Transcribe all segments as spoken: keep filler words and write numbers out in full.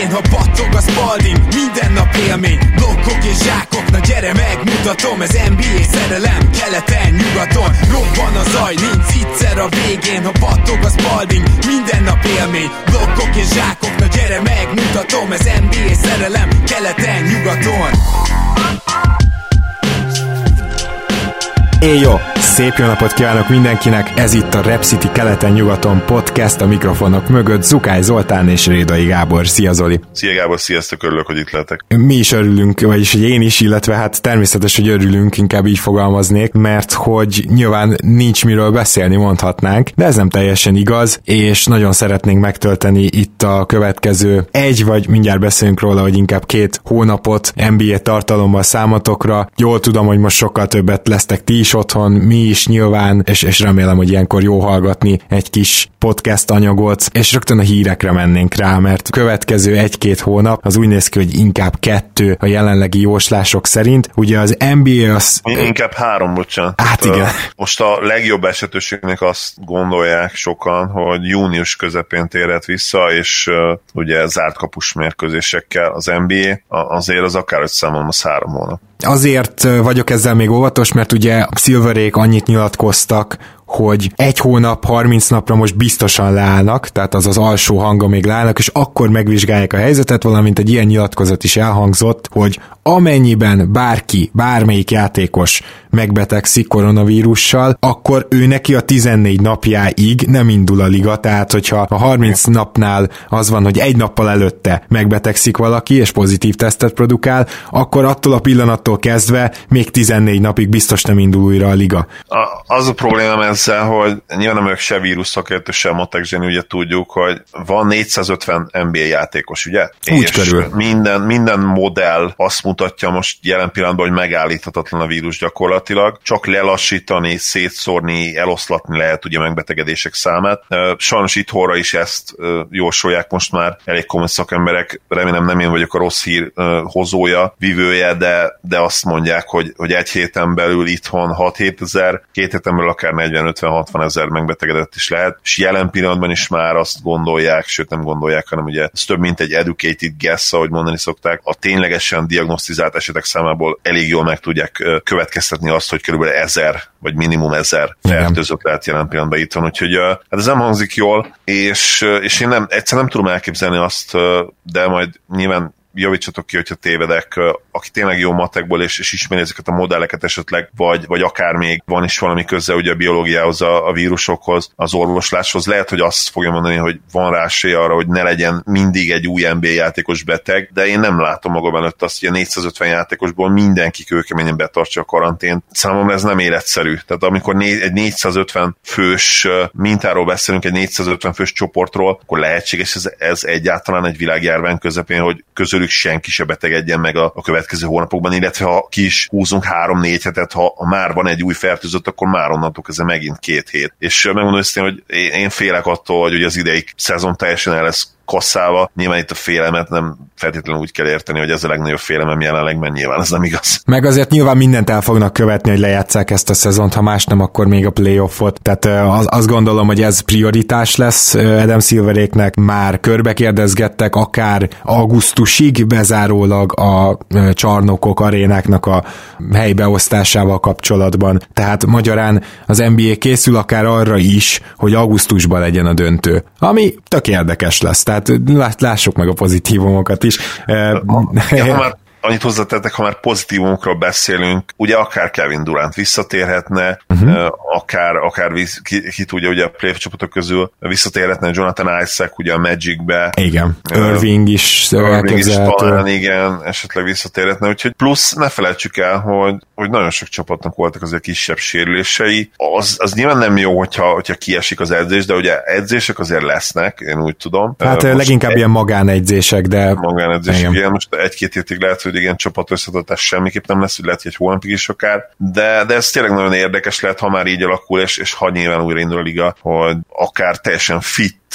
végén, ha battog a Spalding, minden nap élmény, blokkok és zsákok, na gyere megmutatom, ez en bé á szerelem, keleten, nyugaton, robban a zaj, nincs viccer a végén, ha battog a Spalding, minden nap élmény, blokkok és zsákok, na gyere megmutatom, ez en bé á szerelem, keleten, nyugaton. Éj jó! Szép jó napot kívánok mindenkinek! Ez itt a Rep City keleten-nyugaton podcast, a mikrofonok mögött Zukály Zoltán és Rédai Gábor. Szia Zoli! Szia Gábor, sziasztok, örülök, hogy itt lehetek. Mi is örülünk, vagyis hogy én is, illetve hát természetes, hogy örülünk, inkább így fogalmaznék, mert hogy nyilván nincs miről beszélni, mondhatnánk, de ez nem teljesen igaz, és nagyon szeretnénk megtölteni itt a következő egy, vagy mindjárt beszélünk róla, hogy inkább két hónapot en bé á tartalommal számotokra. Jól tudom, hogy most sokkal többet lesztek ti is otthon, mi is nyilván, és, és remélem, hogy ilyenkor jó hallgatni egy kis podcast anyagot, és rögtön a hírekre mennénk rá, mert következő egy-két hónap az úgy néz ki, hogy inkább kettő a jelenlegi jóslások szerint. Ugye az en bé á az... Inkább három, bocsánat. Hát igen. Most a legjobb esetőségnek azt gondolják sokan, hogy június közepén térhet vissza, és uh, ugye zárt kapus mérkőzésekkel az en bé á, azért az akár összeszámolom, az három hónap. Azért vagyok ezzel még óvatos, mert ugye a Silverék annyit nyilatkoztak, hogy egy hónap, harminc napra most biztosan leállnak, tehát az az alsó hanga még leállnak, és akkor megvizsgálják a helyzetet, valamint egy ilyen nyilatkozat is elhangzott, hogy amennyiben bárki, bármelyik játékos megbetegszik koronavírussal, akkor ő neki a tizennégy napjáig nem indul a liga, tehát hogyha a harminc napnál az van, hogy egy nappal előtte megbetegszik valaki, és pozitív tesztet produkál, akkor attól a pillanattól kezdve még tizennégy napig biztos nem indul újra a liga. A, az a problémám ezzel, hogy nyilván nem ők se vírus szakértő, se matek zseni, ugye tudjuk, hogy van négyszázötven en bé á játékos, ugye? Úgy és körül. Minden, minden modell azt mutatja most jelen pillanatban, hogy megállíthatatlan a vírus gyakorlatilag, csak lelassítani, szétszórni, eloszlatni lehet ugye megbetegedések számát. Sajnos itthonra is ezt jósolják most már elég komoly szakemberek, remélem nem én vagyok a rossz hír hozója, vívője, de, de azt mondják, hogy, hogy egy héten belül itthon hat-hét ezer, két héten belül akár negyven-ötven-hatvan ezer megbetegedett is lehet, és jelen pillanatban is már azt gondolják, sőt nem gondolják, hanem ugye ez több mint egy educated guess, ahogy mondani szokták, a ténylegesen diagnosztizált esetek számából elég jól meg tudják következtetni azt, hogy körülbelül ezer, vagy minimum ezer fertőzött lehet jelen pillanatban itthon, úgyhogy hát ez nem hangzik jól, és, és én nem, egyszer nem tudom elképzelni azt, de majd nyilván javítsatok ki, hogyha tévedek, aki tényleg jó matekból, és, és ismeri ezeket a modelleket esetleg, vagy, vagy akár még van is valami köze ugye a biológiához, a, a vírusokhoz, az orvosláshoz. Lehet, hogy azt fogja mondani, hogy van rá esély arra, hogy ne legyen mindig egy új en bé á játékos beteg, de én nem látom magam előtt azt, hogy a négyszázötven játékosból mindenki kőkeményen betartsa a karantént. Számomra ez nem életszerű. Tehát amikor né- egy négyszázötven fős mintáról beszélünk, egy négyszázötven fős csoportról, akkor lehetséges ez, ez egyáltalán egy világjárvány közepén, hogy közülük senki se betegedjen meg a, a következő hónapokban, illetve ha ki is húzunk három-négy hetet, ha, ha már van egy új fertőzött, akkor már onnantól kezdve megint két hét. És megmondom őszintén, hogy én, én félek attól, hogy az idei szezon teljesen el lesz kasszálva. Nyilván itt a félelmet nem feltétlenül úgy kell érteni, hogy ez a legnagyobb félelem jelenleg, mert nyilván ez nem igaz. Meg azért nyilván mindent el fognak követni, hogy lejátsszák ezt a szezont, ha más nem, akkor még a playoffot. Tehát az, azt gondolom, hogy ez prioritás lesz Adam Silveréknek. Már körbekérdezgettek akár augusztusig bezárólag a csarnokok, arénáknak a helybeosztásával kapcsolatban. Tehát magyarán az en bé á készül akár arra is, hogy augusztusban legyen a döntő. Ami tök érdekes lesz. Tehát lássuk meg a pozitívumokat is. Ja, ha már annyit hozzátettek, ha már pozitívumokról beszélünk, ugye akár Kevin Durant visszatérhetne, uh-huh. akár, akár ki, ki tudja, ugye a playoff csapatok közül visszatérhetne Jonathan Isaac, ugye a Magicbe. Igen, Irving is Irving is talán, igen, esetleg visszatérhetne, úgyhogy plusz ne felejtsük el, hogy, hogy nagyon sok csapatnak voltak azért kisebb sérülései. Az, az nyilván nem jó, hogyha, hogyha kiesik az edzés, de ugye edzések azért lesznek, én úgy tudom. Hát most leginkább egy, ilyen magánegyzések, de... Magánegyzések, igen. igen, most egy-két hétig lehet, hogy igen, csapat összetartás semmiképp nem lesz, hogy lehet, hogy egy hónapig is akár, de, de ez tényleg nagyon érdekes lehet, ha már így alakul, és, és ha nyilván újra indul a liga, hogy akár teljesen fit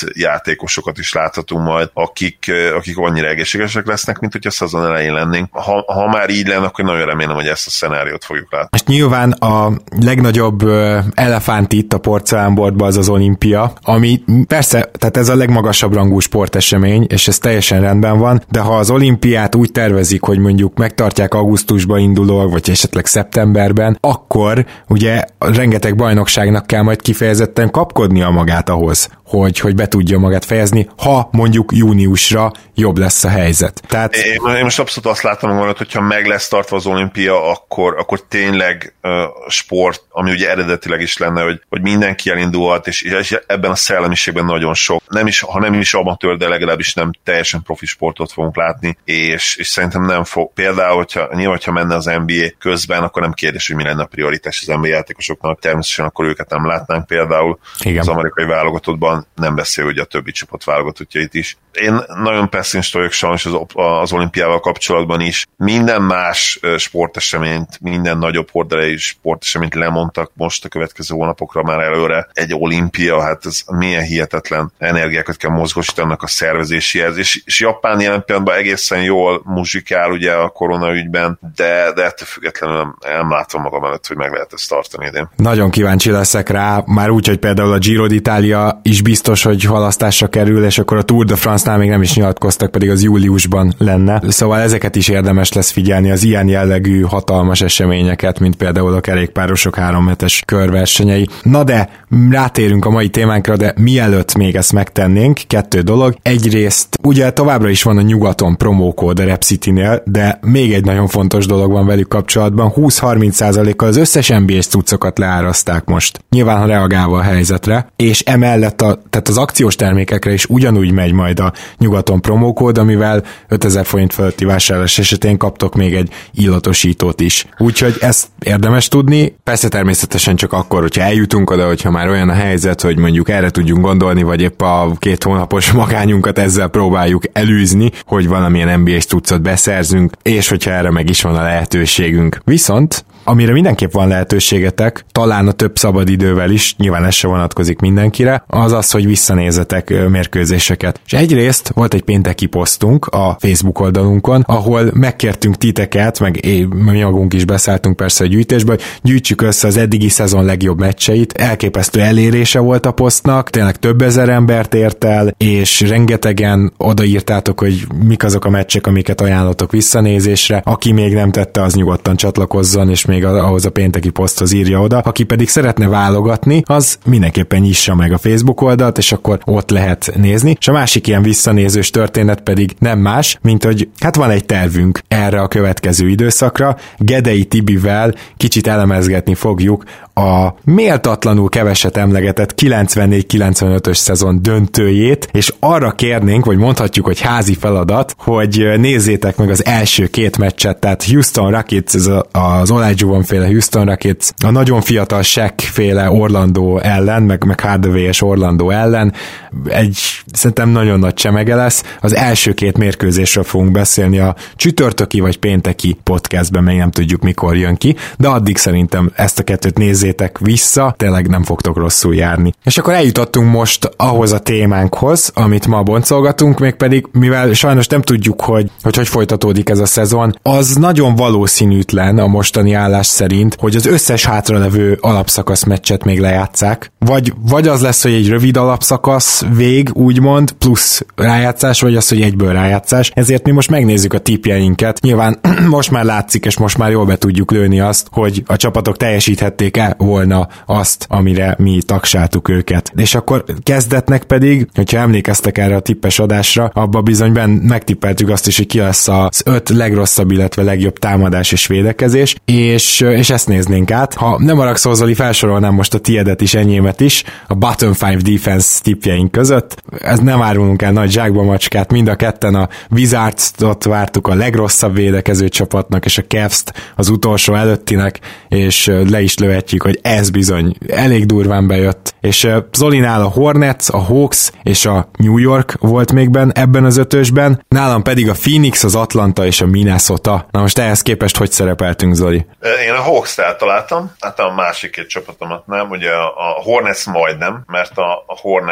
játékosokat is láthatunk majd, akik, akik annyira egészségesek lesznek, mint hogy a szezon elején lennénk. Ha, ha már így lenne, akkor nagyon remélem, hogy ezt a szenáriót fogjuk látni. Most nyilván a legnagyobb elefánt itt a porcelánboltban az az olimpia, ami persze, tehát ez a legmagasabb rangú sportesemény, és ez teljesen rendben van, de ha az olimpiát úgy tervezik, hogy mondjuk megtartják augusztusban indulóak, vagy esetleg szeptemberben, akkor ugye rengeteg bajnokságnak kell majd kifejezetten kapkodnia magát ahhoz, hogy, hogy be tudja magát fejezni, ha mondjuk júniusra jobb lesz a helyzet. Tehát... Én, én most abszolút azt láttam magam, hogyha meg lesz tartva az olimpia, akkor, akkor tényleg uh, sport, ami ugye eredetileg is lenne, hogy, hogy mindenki elindulhat, és, és ebben a szellemiségben nagyon sok, nem is, ha nem is amatőr, de legalábbis nem teljesen profi sportot fogunk látni, és, és szerintem nem fog. Például, hogyha nyilván, hogyha menne az en bé á közben, akkor nem kérdés, hogy mi lenne a prioritás az en bé á játékosoknak, természetesen akkor őket nem látnánk például. Igen. Az amerikai válogatottban, nem beszél ugye a többi csapat válogatottjait is. Én nagyon pessimista vagyok sajnos az, az olimpiával kapcsolatban is. Minden más sporteseményt, minden nagyobb horderejű sporteseményt lemondtak most a következő hónapokra már előre. Egy olimpia, hát ez milyen hihetetlen energiákat kell mozgósítani a szervezéséhez, és, és Japán jelen pillanatban egészen jól muzsikál ugye a koronaügyben, de, de ettől függetlenül nem, nem látom magam előtt, hogy meg lehet ezt tartani idén. Nagyon kíváncsi leszek rá, már úgy, hogy például a Giro d'Italia is biztos, hogy halasztásra kerül, és akkor a Tour de France-nál még nem is nyilatkoztak, pedig az júliusban lenne. Szóval ezeket is érdemes lesz figyelni, az ilyen jellegű hatalmas eseményeket, mint például a kerékpárosok háromhetes körversenyei. Na de rátérünk a mai témánkra, de mielőtt még ezt megtennénk, kettő dolog. Egyrészt ugye továbbra is van a nyugaton promókód a Rep City-nél, de még egy nagyon fontos dolog van velük kapcsolatban, húsz-harminc százalékkal az összes en bé á-s cuccokat leáraszták most. Nyilván, ha reagálva a helyzetre, és emellett a, tehát az akciós termékekre is ugyanúgy megy majd a nyugaton promókód, amivel ötezer forint fölötti vásárlás esetén kaptok még egy illatosítót is. Úgyhogy ezt érdemes tudni, persze természetesen csak akkor, hogyha eljutunk oda, hogyha már olyan a helyzet, hogy mondjuk erre tudjunk gondolni, vagy épp a két hónapos magányunkat ezzel próbáljuk elűzni, hogy valamilyen en bé á-s cuccot beszerzünk, és hogyha erre meg is van a lehetőségünk. Viszont amire mindenképp van lehetőségetek, talán a több szabad idővel is, nyilván ez se vonatkozik mindenkire, az az, hogy visszanézzetek mérkőzéseket. És egyrészt volt egy pénteki posztunk a Facebook oldalunkon, ahol megkértünk titeket, meg é, mi magunk is beszálltunk persze a gyűjtésbe, hogy gyűjtsük össze az eddigi szezon legjobb meccseit. Elképesztő elérése volt a posztnak, tényleg több ezer embert ért el, és rengetegen odaírtátok, hogy mik azok a meccsek, amiket ajánlotok visszanézésre. Aki még nem tette, az nyugodtan csatlakozzon, és még ahhoz a pénteki poszthoz írja oda. Aki pedig szeretne válogatni, az mindenképpen nyissa meg a Facebook oldalt, és akkor ott lehet nézni. És a másik ilyen visszanézős történet pedig nem más, mint hogy hát van egy tervünk erre a következő időszakra. Gedei Tibivel kicsit elemezgetni fogjuk a méltatlanul keveset emlegetett kilencvennégy kilencvenötös szezon döntőjét, és arra kérnénk, vagy mondhatjuk, hogy házi feladat, hogy nézzétek meg az első két meccset, tehát Houston Rockets, ez az Olajuwon féle Houston Rockets, a nagyon fiatal Shaq féle Orlando ellen, meg, meg Hardaway-es Orlando ellen, egy szerintem nagyon nagy csemege lesz. Az első két mérkőzésről fogunk beszélni a csütörtöki vagy pénteki podcastben, még nem tudjuk mikor jön ki, de addig szerintem ezt a kettőt nézzétek vissza, tényleg nem fogtok rosszul járni. És akkor eljutottunk most ahhoz a témánkhoz, amit ma boncolgatunk, mégpedig, mivel sajnos nem tudjuk, hogy hogy, hogy folytatódik ez a szezon, az nagyon valószínűtlen a mostani állás szerint, hogy az összes hátralevő alapszakasz meccset még lejátszák, vagy, vagy az lesz, hogy egy rövid alapszakasz vég, úgymond, plusz rájátszás, vagy az, hogy egyből rájátszás. Ezért mi most megnézzük a tippjeinket. Nyilván most már látszik, és most már jól be tudjuk lőni azt, hogy a csapatok teljesíthették-e volna azt, amire mi tagsáltuk őket. És akkor kezdetnek pedig, hogyha emlékeztek erre a tippes adásra, abba bizonyben megtippeltük azt is, hogy ki lesz az öt legrosszabb, illetve legjobb támadás és védekezés, és, és ezt néznénk át. Ha nem haragszol, Zoli, felsorolnám most a tiedet is, enyémet is, a bottom öt defense tippjeink között. Ez nem árulunk el nagy zsákba macskát, mind a ketten a Wizards-ot vártuk a legrosszabb védekező csapatnak, és a Cavs-t az utolsó előttinek, és le is lövetjük, hogy ez bizony elég durván bejött. És Zolinál a Hornets, a Hawks és a New York volt még benne ebben az ötösben, nálam pedig a Phoenix, az Atlanta és a Minnesota. Na most ehhez képest hogy szerepeltünk, Zoli? Én a Hawks-t eltaláltam, hát a másik két csapatomat nem, ugye a Hornets majdnem, mert a Hornets az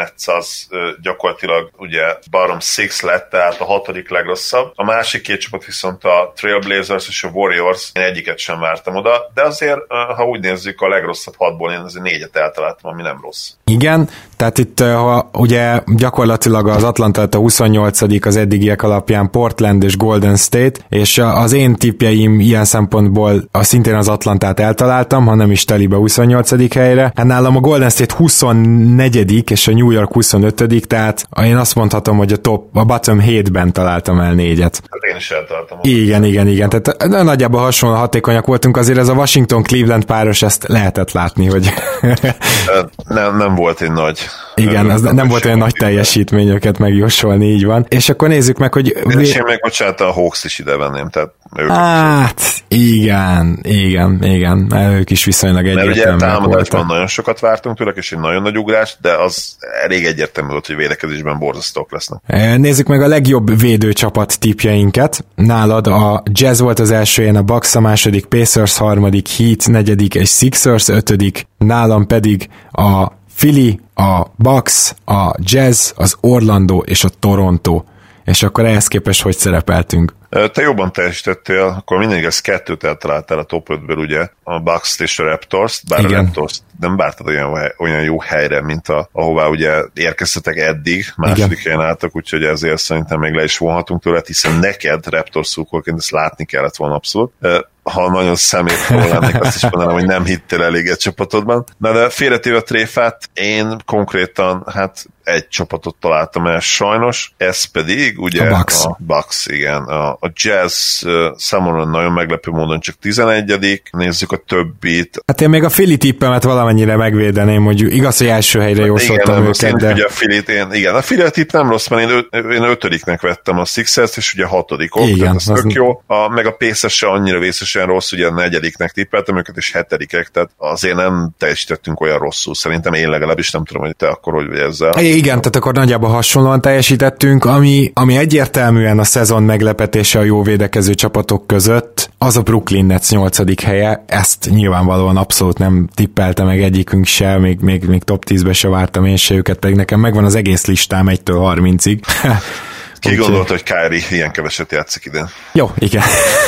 az gyakorlatilag ugye bottom six lett, tehát a hatodik legrosszabb. A másik két csapat viszont a Trailblazers és a Warriors, én egyiket sem vártam oda, de azért, ha úgy nézzük, a legrosszabb hatból én azért négyet eltaláltam, ami nem rossz. Igen, tehát itt ha ugye gyakorlatilag az Atlanta a huszonnyolcadik az eddigiek alapján, Portland és Golden State, és az én tippjeim ilyen szempontból a szintén az Atlantát eltaláltam, ha nem is telibe huszonnyolcadik helyre. Hát nálam a Golden State huszonnegyedik és a New York huszonötödik, tehát én azt mondhatom, hogy a top, a bottom hétben találtam el négyet. Hát én is eltaláltam. Igen, igen, igen, tehát nagyjából hasonló hatékonyak voltunk, azért ez a Washington-Cleveland páros, ezt lehetett látni, hogy... nem, nem volt egy nagy... Igen, az nem volt olyan nagy teljesítmény őket megjósolni, így van. És akkor nézzük meg, hogy... És én még bocsánat, a Hawks is ide venném, tehát hát, igen, igen, igen, ők is viszonylag egyértelműek voltak. Mert ugye támadásban nagyon sokat vártunk tőlek, és egy nagyon nagy ugrás, de az elég egyértelmű volt, hogy védekezésben borzasztók lesznek. Nézzük meg a legjobb védőcsapat tippjeinket. Nálad a Jazz volt az első helyen, a Bucks a második, Pacers harmadik, Heat negyedik, és Sixers ötödik, nálam pedig a Philly, a Bucks, a Jazz, az Orlando és a Toronto. És akkor ehhez képest hogy szerepeltünk? Te jobban teljesítettél, akkor mindig ezt kettőt eltaláltál a top ötből, ugye, a Bucks-t és a Raptors-t, bár igen. A Raptors nem vártad olyan, olyan jó helyre, mint a, ahová ugye érkeztetek eddig, második igen. helyen álltak, úgyhogy ezért szerintem még le is vonhatunk tőle, hiszen neked Raptors szurkolóként ezt látni kellett volna abszolút. Ha nagyon szemétről lennék, azt is mondanám, hogy nem hittél elég egy csapatodban. Na de félretéve a tréfát, én konkrétan hát egy csapatot találtam el sajnos, ez pedig ugye a Bucks, a Bucks igen. A, a Jazz uh, számomra nagyon meglepő módon csak tizenegyedik, nézzük a többit. Hát én még a Philly tippemet valamennyire megvédeném, hogy igaz, hogy első helyre jósoltam őket, de... Ugye a Philly-t én, igen, a Philly tipp nem rossz, mert én, ö, én ötödiknek vettem a Sixers, és ugye hatodikok, igen, ez tök jó. A, meg a Pacers se annyira vészesen rossz, ugye a negyediknek tippeltem őket, és hetedikek, tehát azért nem teljesítettünk olyan rosszul, szerintem én legalábbis nem tudom, hogy te akkor hogy vagy ezzel. É, igen, tehát akkor nagyjából hasonlóan teljesítettünk, ami, ami egyértelműen a szezon meglepetése a jó védekező csapatok között, az a Brooklyn Nets nyolcadik helye, ezt nyilvánvalóan abszolút nem tippelte meg egyikünk se, még, még, még top tízbe se vártam én se őket, pedig nekem megvan az egész listám egytől harmincig. Ki gondolta, hogy Kyrie ilyen keveset játszik idén? Jó, igen.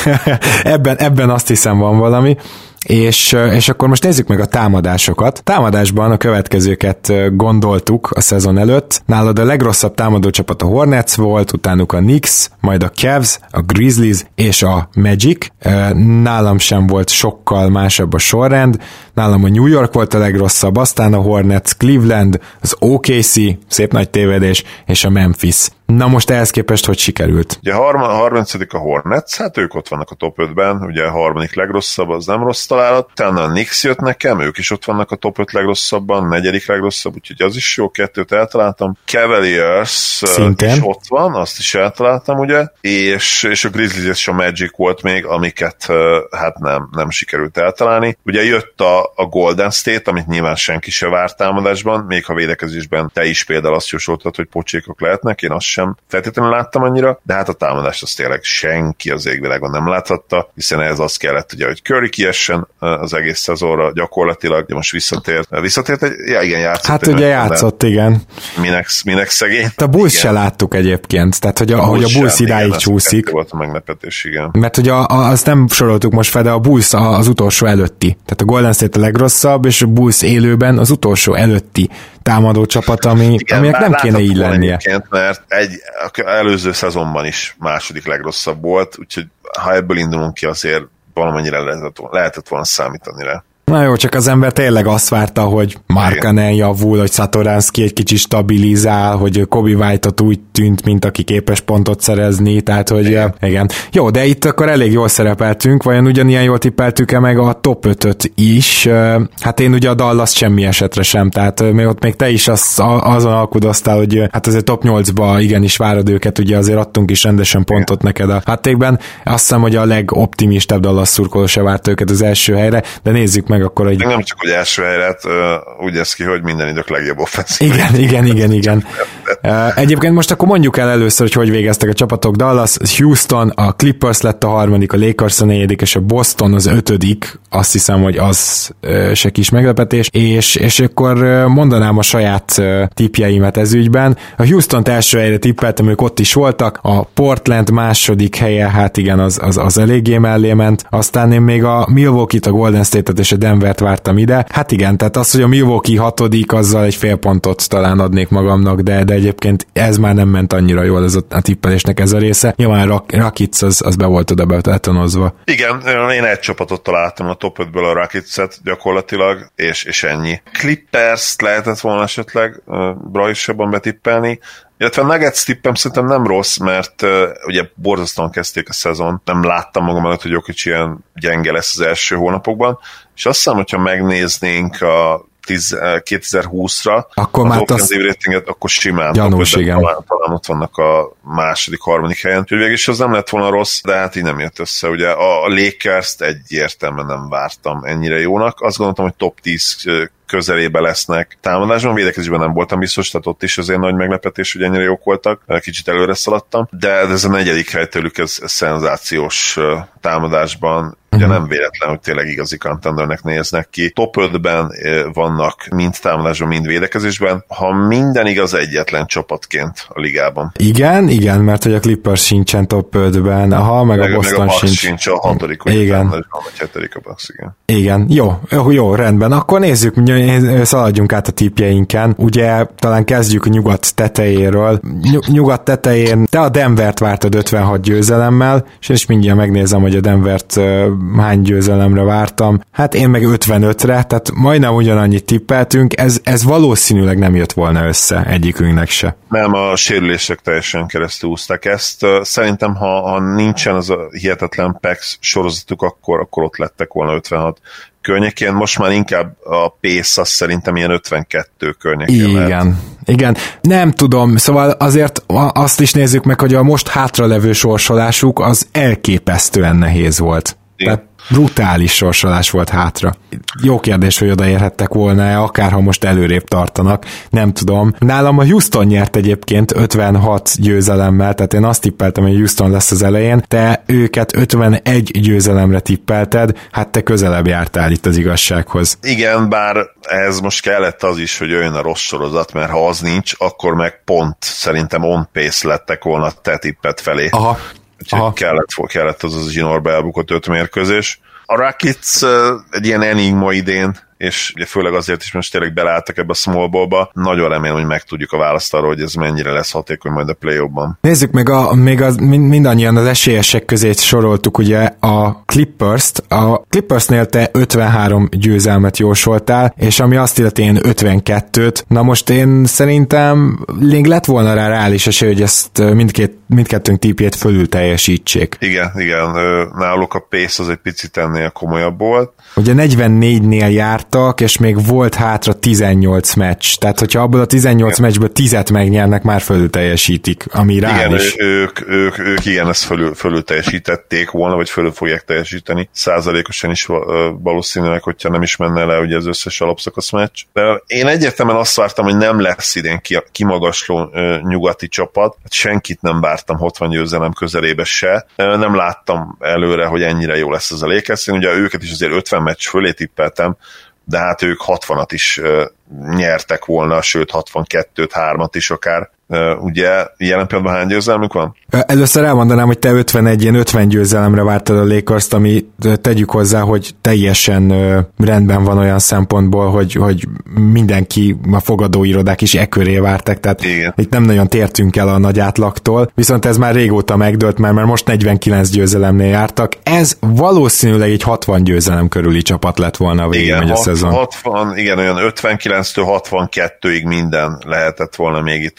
ebben, ebben azt hiszem van valami. És, és akkor most nézzük meg a támadásokat. Támadásban a következőket gondoltuk a szezon előtt. Nálad a legrosszabb támadó csapat a Hornets volt, utánuk a Knicks, majd a Cavs, a Grizzlies és a Magic. Nálam sem volt sokkal másabb a sorrend. Nálam a New York volt a legrosszabb, aztán a Hornets, Cleveland, az o ká cé, szép nagy tévedés, és a Memphis. Na most ehhez képest hogy sikerült? Ugye a harmincadik a Hornets, hát ők ott vannak a top ötben, ugye a harmadik legrosszabb, az nem rossz találat. Utána a Knicks jött nekem, ők is ott vannak a top öt legrosszabban, negyedik legrosszabb, úgyhogy az is jó, kettőt eltaláltam. Cavaliers szintén is ott van, azt is eltaláltam, ugye, és, és a Grizzlies és a Magic volt még, amiket hát nem, nem sikerült eltalálni. Ugye jött a, a Golden State, amit nyilván senki se várt támadásban, még ha védekezésben te is például azt jósoltad, hogy pocsékok lehetnek, én azt sem feltétlenül láttam annyira, de hát a támadást azt tényleg senki az égvilágon nem láthatta, hiszen ez az kellett, ugye, hogy Curry kiessen az egész szezonra gyakorlatilag, de most visszatért. Visszatért, egy, ja igen, játszott. Hát ugye játszott, igen. Minek, minek szegény? A Bulls se láttuk egyébként, tehát hogy a, a, hogy a Bulls idáig csúszik. Volt a meglepetés, igen. Mert ugye a, a, azt nem soroltuk most fel, de a Bulls az utolsó előtti. Tehát a Golden State a legrosszabb, és a Bulls élőben az utolsó előtti támadó csapat, ami, igen, aminek nem kéne így lennie. Mert egy előző szezonban is második legrosszabb volt, úgyhogy ha ebből indulunk ki, azért valamennyire lehetett, lehetett volna számítani rá. Na jó, csak az ember tényleg azt várta, hogy Markkanen javul, hogy Satoranski egy kicsit stabilizál, hogy Kobe White-ot úgy tűnt, mint aki képes pontot szerezni, tehát hogy igen. igen. Jó, de itt akkor elég jól szerepeltünk, vajon ugyanilyen jól tippeltük-e meg a top ötöt is? Hát én ugye a Dallas semmi esetre sem, tehát még ott még te is az, azon alkudoztál, hogy hát azért top nyolcba igenis várod őket, ugye azért adtunk is rendesen pontot igen. neked a háttékben. Azt hiszem, hogy a legoptimistább Dallas szurkoló se várt őket az első helyre, de nézzük meg meg akkor egy... Nem csak, hogy első helyre, úgy ez ki, hogy minden idők legjobb offenszív. Igen, igen, igen, igen. Egyébként most akkor mondjuk el először, hogy hogy végeztek a csapatok. Dallas, Houston, a Clippers lett a harmadik, a Lakers a negyedik, és a Boston az ötödik. Azt hiszem, hogy az se kis meglepetés. És, és akkor mondanám a saját tippjeimet ez ügyben. A Houston első helyre tippeltem, ők ott is voltak. A Portland második helye, hát igen, az, az, az eléggé mellé ment. Aztán én még a Milwaukee-t, a Golden State-et és a Denvert vártam ide. Hát igen, tehát az, hogy a Milwaukee hatodik, azzal egy fél pontot talán adnék magamnak, de, de egyébként ez már nem ment annyira jól, ez a, a tippelésnek ez a része. Nyilván a Rockets az, az be volt oda betonozva. Igen, én egy csapatot találtam a top ötből, a Rockets-et gyakorlatilag, és, és ennyi. Clippers lehetett volna esetleg uh, Bryce-ban betippelni, illetve a Nuggets tippem szerintem nem rossz, mert uh, ugye borzasztóan kezdték a szezon, nem láttam magam előtt, hogy Jokic ilyen gyenge lesz az első hónapokban, és azt hiszem, hogyha megnéznénk a kétezer-húszra akkor az offenzív ratinget, akkor simán gyanús, igen. Talán, talán ott vannak a második, harmadik helyen. Úgyhogy végül is az nem lett volna rossz, de hát így nem jött össze. Ugye a Lakers-t egyértelműen nem vártam ennyire jónak. Azt gondoltam, hogy top tíz közelébe lesznek támadásban, védekezésben nem voltam biztos, tehát ott is azért nagy meglepetés, hogy ennyire jók voltak, kicsit előre szaladtam, de ez a negyedik hely tőlük, ez, ez szenzációs támadásban, ugye nem véletlen, hogy tényleg igazi contendernek néznek ki. Top ötben vannak mind támadásban, mind védekezésben, ha minden igaz, egyetlen csapatként a ligában. Igen, igen, mert hogy a Clippers sincsen top ötben, aha, meg, meg a Boston meg a sincs. sincs a hatodik, vagy igen. A hetedik a Bucks, igen. Igen, jó, jó, jó, rendben. Akkor nézzük, szaladjunk át a tippjeinken. Ugye talán kezdjük nyugat tetejéről. Ny- nyugat tetején te a Denvert vártad ötvenhat győzelemmel, és én is mindjárt megnézem, hogy a Denvert uh, hány győzelemre vártam. Hát én meg ötvenötre, tehát majdnem ugyanannyit tippeltünk. Ez, ez valószínűleg nem jött volna össze egyikünknek se. Nem, a sérülések teljesen keresztül úzták ezt. Szerintem, ha, ha nincsen az a hihetetlen Pax sorozatuk, akkor, akkor ott lettek volna ötvenhat környékén, most már inkább a Pace az szerintem ilyen ötvenkettő környékén igen, lehet. Igen, nem tudom, szóval azért azt is nézzük meg, hogy a most hátralevő sorsolásuk az elképesztően nehéz volt. Igen. Tehát brutális sorsolás volt hátra. Jó kérdés, hogy odaérhettek volna-e, akárha most előrébb tartanak, nem tudom. Nálam a Houston nyert egyébként ötvenhat győzelemmel, tehát én azt tippeltem, hogy Houston lesz az elején, te őket ötvenegy győzelemre tippelted, hát te közelebb jártál itt az igazsághoz. Igen, bár ez most kellett az is, hogy jöjjön a rossz sorozat, mert ha az nincs, akkor meg pont szerintem on pace lettek volna te tippet felé. Aha. Úgyhogy kellett, kellett az az zsinórba elbukott öt mérkőzés. A Rockets uh, egy ilyen enigma idén, és ugye főleg azért is most tényleg beleálltak ebbe a small ballba. Nagyon remélem, hogy megtudjuk a választ arra, hogy ez mennyire lesz hatékony majd a play-offban. Nézzük meg, a, még az, mindannyian az esélyesek közé soroltuk ugye a Clippers-t. A Clippersnél te ötvenhárom győzelmet jósoltál, és ami azt illeti én ötvenkettőt. Na most én szerintem még lett volna rá reális esély, hogy ezt mindkét, mindkettőnk tippjét fölül teljesítsék. Igen, igen. Náluk a pace az egy picit ennél komolyabb volt. Ugye negyvennégynél jártak, és még volt hátra tizennyolc meccs. Tehát, hogyha abból a tizennyolc igen. meccsből tízet megnyernek, már fölül teljesítik, ami rá igen, is. Ők, ők, ők igen, ezt fölül, fölül teljesítették volna, vagy fölül fogják teljesíteni. Százalékosan is valószínűleg, hogyha nem is menne le ugye az összes alapszakasz meccs. De én egyértelműen azt vártam, hogy nem lesz idén kimagasló nyugati csapat. Senkit nem vártam hatvan győzelem közelébe se. Nem láttam előre, hogy ennyire jó lesz ez a Lakers. Én ugye őket is azért ötven meccs fölé tippeltem, de hát ők hatvanat is uh, nyertek volna, sőt hatvankettőt, hármat is akár. Uh, ugye jelen pillanatban hány győzelmük van? Először elmondanám, hogy te ötvenegy, ilyen ötven győzelemre vártad a Lakers-t, ami tegyük hozzá, hogy teljesen uh, rendben van olyan szempontból, hogy, hogy mindenki, a fogadóirodák is e köré vártak, tehát igen. Itt nem nagyon tértünk el a nagy átlagtól, viszont ez már régóta megdőlt, mert már most negyvenkilenc győzelemnél jártak. Ez valószínűleg egy hatvan győzelem körüli csapat lett volna a végén, hogy a szezon. hatvan, igen, olyan ötvenkilenctől hatvankettőig minden lehetett volna még itt ugye a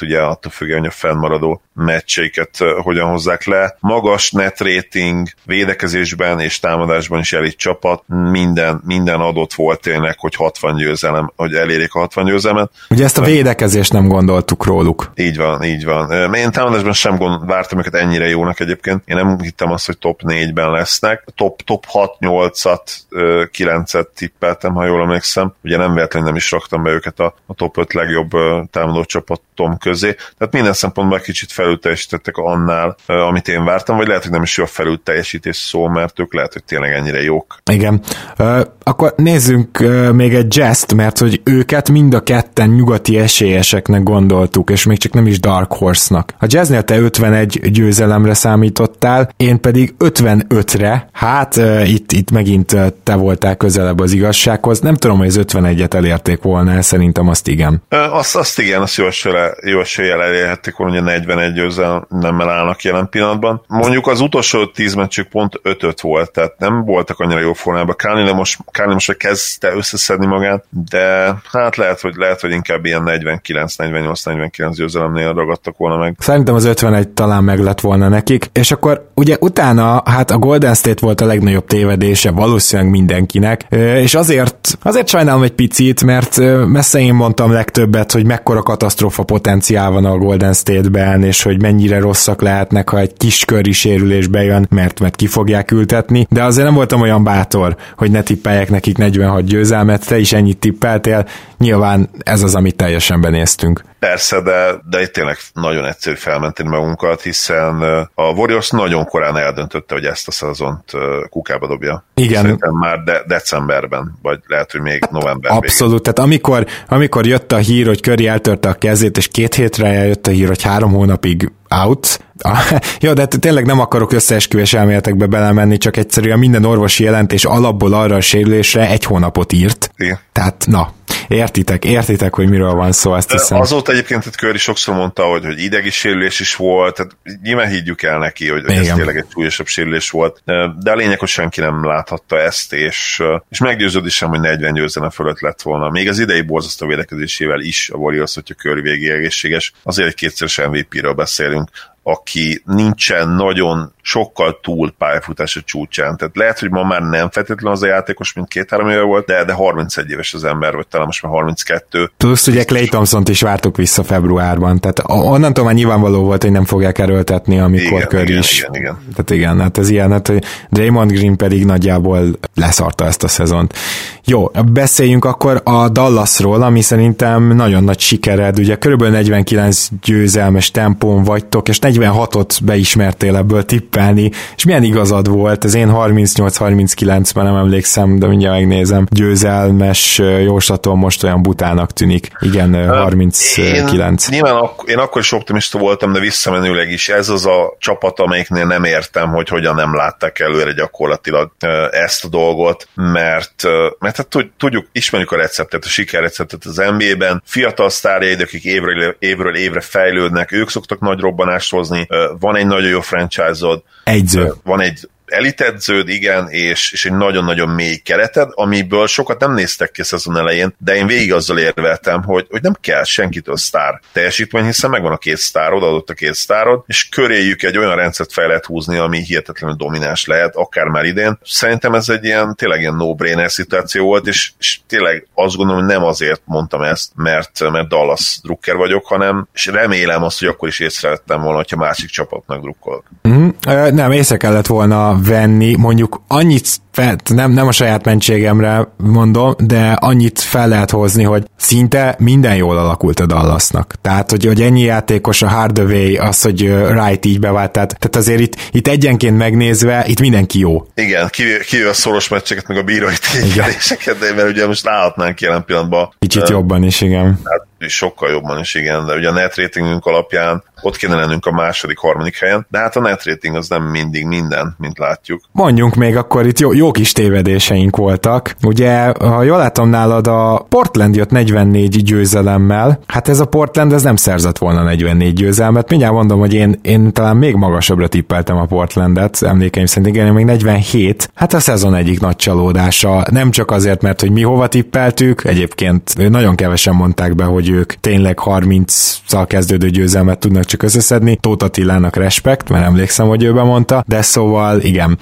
attól függően, hogy a fennmaradó meccseiket hogyan hozzák le. Magas net rating, védekezésben és támadásban is elit csapat, minden, minden adott volt tényleg, hogy hatvan győzelem, hogy elérjék a hatvan győzelmet. Ugye ezt a védekezést nem gondoltuk róluk. Így van, így van. Én támadásban sem gond, vártam őket ennyire jónak egyébként. Én nem hittem azt, hogy top négyben lesznek. Top, top hat nyolcat, kilencet tippeltem, ha jól emlékszem. Ugye nem véletlenül nem is raktam be őket a, a top öt legjobb támadó csapatom közé. Tehát minden szempontból kicsit felül teljesítettek annál, amit én vártam, vagy lehet, hogy nem is jó a felül teljesítés szó, mert ők lehet, hogy tényleg ennyire jók. Igen. Uh, akkor nézzünk uh, még egy Jazz-t, mert hogy őket mind a ketten nyugati esélyeseknek gondoltuk, és még csak nem is Dark Horse-nak. A Jazznél te ötvenegy győzelemre számítottál, én pedig ötvenötre. Hát uh, itt, itt megint uh, te voltál közelebb az igazsághoz. Nem tudom, hogy az ötvenegyet elérték volna, szerintem azt igen. Uh, azt, azt igen, azt jó eséllyel, jó eséllyel elérhették volna, hogy a negyvenegy győzelemmel állnak jelen pillanatban. Mondjuk az utolsó tíz meccsük pont öt-öt volt, tehát nem voltak annyira jó formában. Kálni most, Kálni most kezdte összeszedni magát, de hát lehet, hogy, lehet, hogy inkább ilyen negyvenkilenc negyvennyolc negyvenkilenc győzelemnél ragadtak volna meg. Szerintem az ötvenegy talán meg lett volna nekik, és akkor ugye utána hát a Golden State volt a legnagyobb tévedése valószínűleg mindenkinek, és azért, azért sajnálom egy picit, mert messze én mondtam legtöbbet, hogy mekkora katasztrófa potenciál van a Golden State-ben, és hogy mennyire rosszak lehetnek, ha egy kis köri sérülés bejön, mert, mert ki fogják ültetni, de azért nem voltam olyan bátor, hogy ne tippeljek nekik negyvenhat győzelmet, te is ennyit tippeltél, nyilván ez az, amit teljesen benéztünk. Persze, de, de itt tényleg nagyon egyszerű felmenteni magunkat, hiszen a Warriors nagyon korán eldöntötte, hogy ezt a szezont kukába dobja. Igen. Szerintem már de, decemberben, vagy lehet, hogy még novemberben. Abszolút, végén. Tehát amikor, amikor jött a hír, hogy Curry eltörte a kezét, és két hétre jött a hír, hogy három hónapig out. Jó, de tényleg nem akarok összeesküvés elméletekbe belemenni, csak egyszerűen minden orvosi jelentés alapból arra a sérülésre egy hónapot írt. Igen. Tehát, na, értitek, értitek, hogy miről van szó, azt hiszem. Azóta egyébként hogy Curry sokszor mondta, hogy, hogy idegi sérülés is volt, tehát nyilván higgyük el neki, hogy, hogy ez tényleg egy súlyosabb sérülés volt, de a lényeg, hogy senki nem láthatta ezt, és, és meggyőződésem, hogy negyven győzelem fölött lett volna. Még az idei borzasztó védekezésével is a Warriors, hogyha Curry végig egészséges, azért egy kétszeres em vé pé-ről beszélünk, aki nincsen nagyon sokkal túl pályafutása csúcsán. Tehát lehet, hogy ma már nem feltétlenül az a játékos, mint két-három éve volt, de, de harmincegy éves az ember, vagy talán most már harminckettő. Plusz ugye Klay Thompsont is vártuk vissza februárban, tehát onnantól már nyilvánvaló volt, hogy nem fogják erőltetni, amikor Curry is. Igen, igen. Tehát igen, hát ez ilyen, hát Draymond Green pedig nagyjából leszarta ezt a szezont. Jó, beszéljünk akkor a Dallasról, ami szerintem nagyon nagy sikered, ugye körülbelül negyvenkilenc győzelmes tempón vagytok, és negyvenhatot beismertél ebből tippelni, és milyen igazad volt, ez én harmincnyolc harminckilencben nem emlékszem, de mindjárt megnézem, győzelmes jóslatom most olyan butának tűnik. Igen, harminckilenc. Én, nyilván ak- én akkor is optimista voltam, de visszamenőleg is ez az a csapat, amelyiknél nem értem, hogy hogyan nem látták előre gyakorlatilag ezt a dolgot, mert, mert hát tudjuk, ismerjük a receptet, a sikerreceptet az en bé á-ben, fiatal sztárjaid, akik évről, évről évre fejlődnek, ők szoktak nagy robbanást hozni, van egy nagyon jó franchise-od, egyző. Van egy elitedződ, igen, és, és egy nagyon-nagyon mély kereted, amiből sokat nem néztek ki a szezon elején, de én végig azzal érveltem, hogy, hogy nem kell senkitől sztár teljesítmény, hiszen megvan a két sztárod, adott a két sztárod, és köréjük egy olyan rendszert fel lehet húzni, ami hihetetlenül domináns lehet, akár már idén. Szerintem ez egy ilyen, tényleg ilyen no-brainer szituáció volt, és, és tényleg azt gondolom, hogy nem azért mondtam ezt, mert, mert Dallas drukker vagyok, hanem, és remélem azt, hogy akkor is észrevettem volna, hogyha másik csapatnak drukkolok. Mm-hmm. Nem, észre kellett volna venni, mondjuk annyit fel, nem, nem a saját mentségemre mondom, de annyit fel lehet hozni, hogy szinte minden jól alakult a Dallasnak. Tehát, hogy, hogy ennyi játékos, a Hardaway, az, hogy Wright így bevált, tehát, tehát azért itt, itt egyenként megnézve, itt mindenki jó. Igen, kivéve a szoros meccseket, meg a bírói ténykedéseket, de mert ugye most állhatnánk jelen pillanatban. Kicsit uh, jobban is, igen. Hát sokkal jobban is, igen, de ugye a net ratingünk alapján ott kéne lennünk a második, harmadik helyen, de hát a net rating az nem mindig minden, mint látjuk. Mondjunk még akkor, itt jó, jó kis tévedéseink voltak. Ugye, ha jól látom nálad, a Portland jött negyvennégy győzelemmel, hát ez a Portland, ez nem szerzett volna negyvennégy győzelmet. Mindjárt mondom, hogy én, én talán még magasabbra tippeltem a Portlandet, emlékeim szerint, igen, még negyvenhét. Hát a szezon egyik nagy csalódása, nem csak azért, mert hogy mi hova tippeltük, egyébként nagyon kevesen mondták be, hogy hogy ők tényleg harminccal kezdődő győzelmet tudnak csak összeszedni. Tóth Attilának respekt, mert emlékszem, hogy ő bemondta, de szóval igen.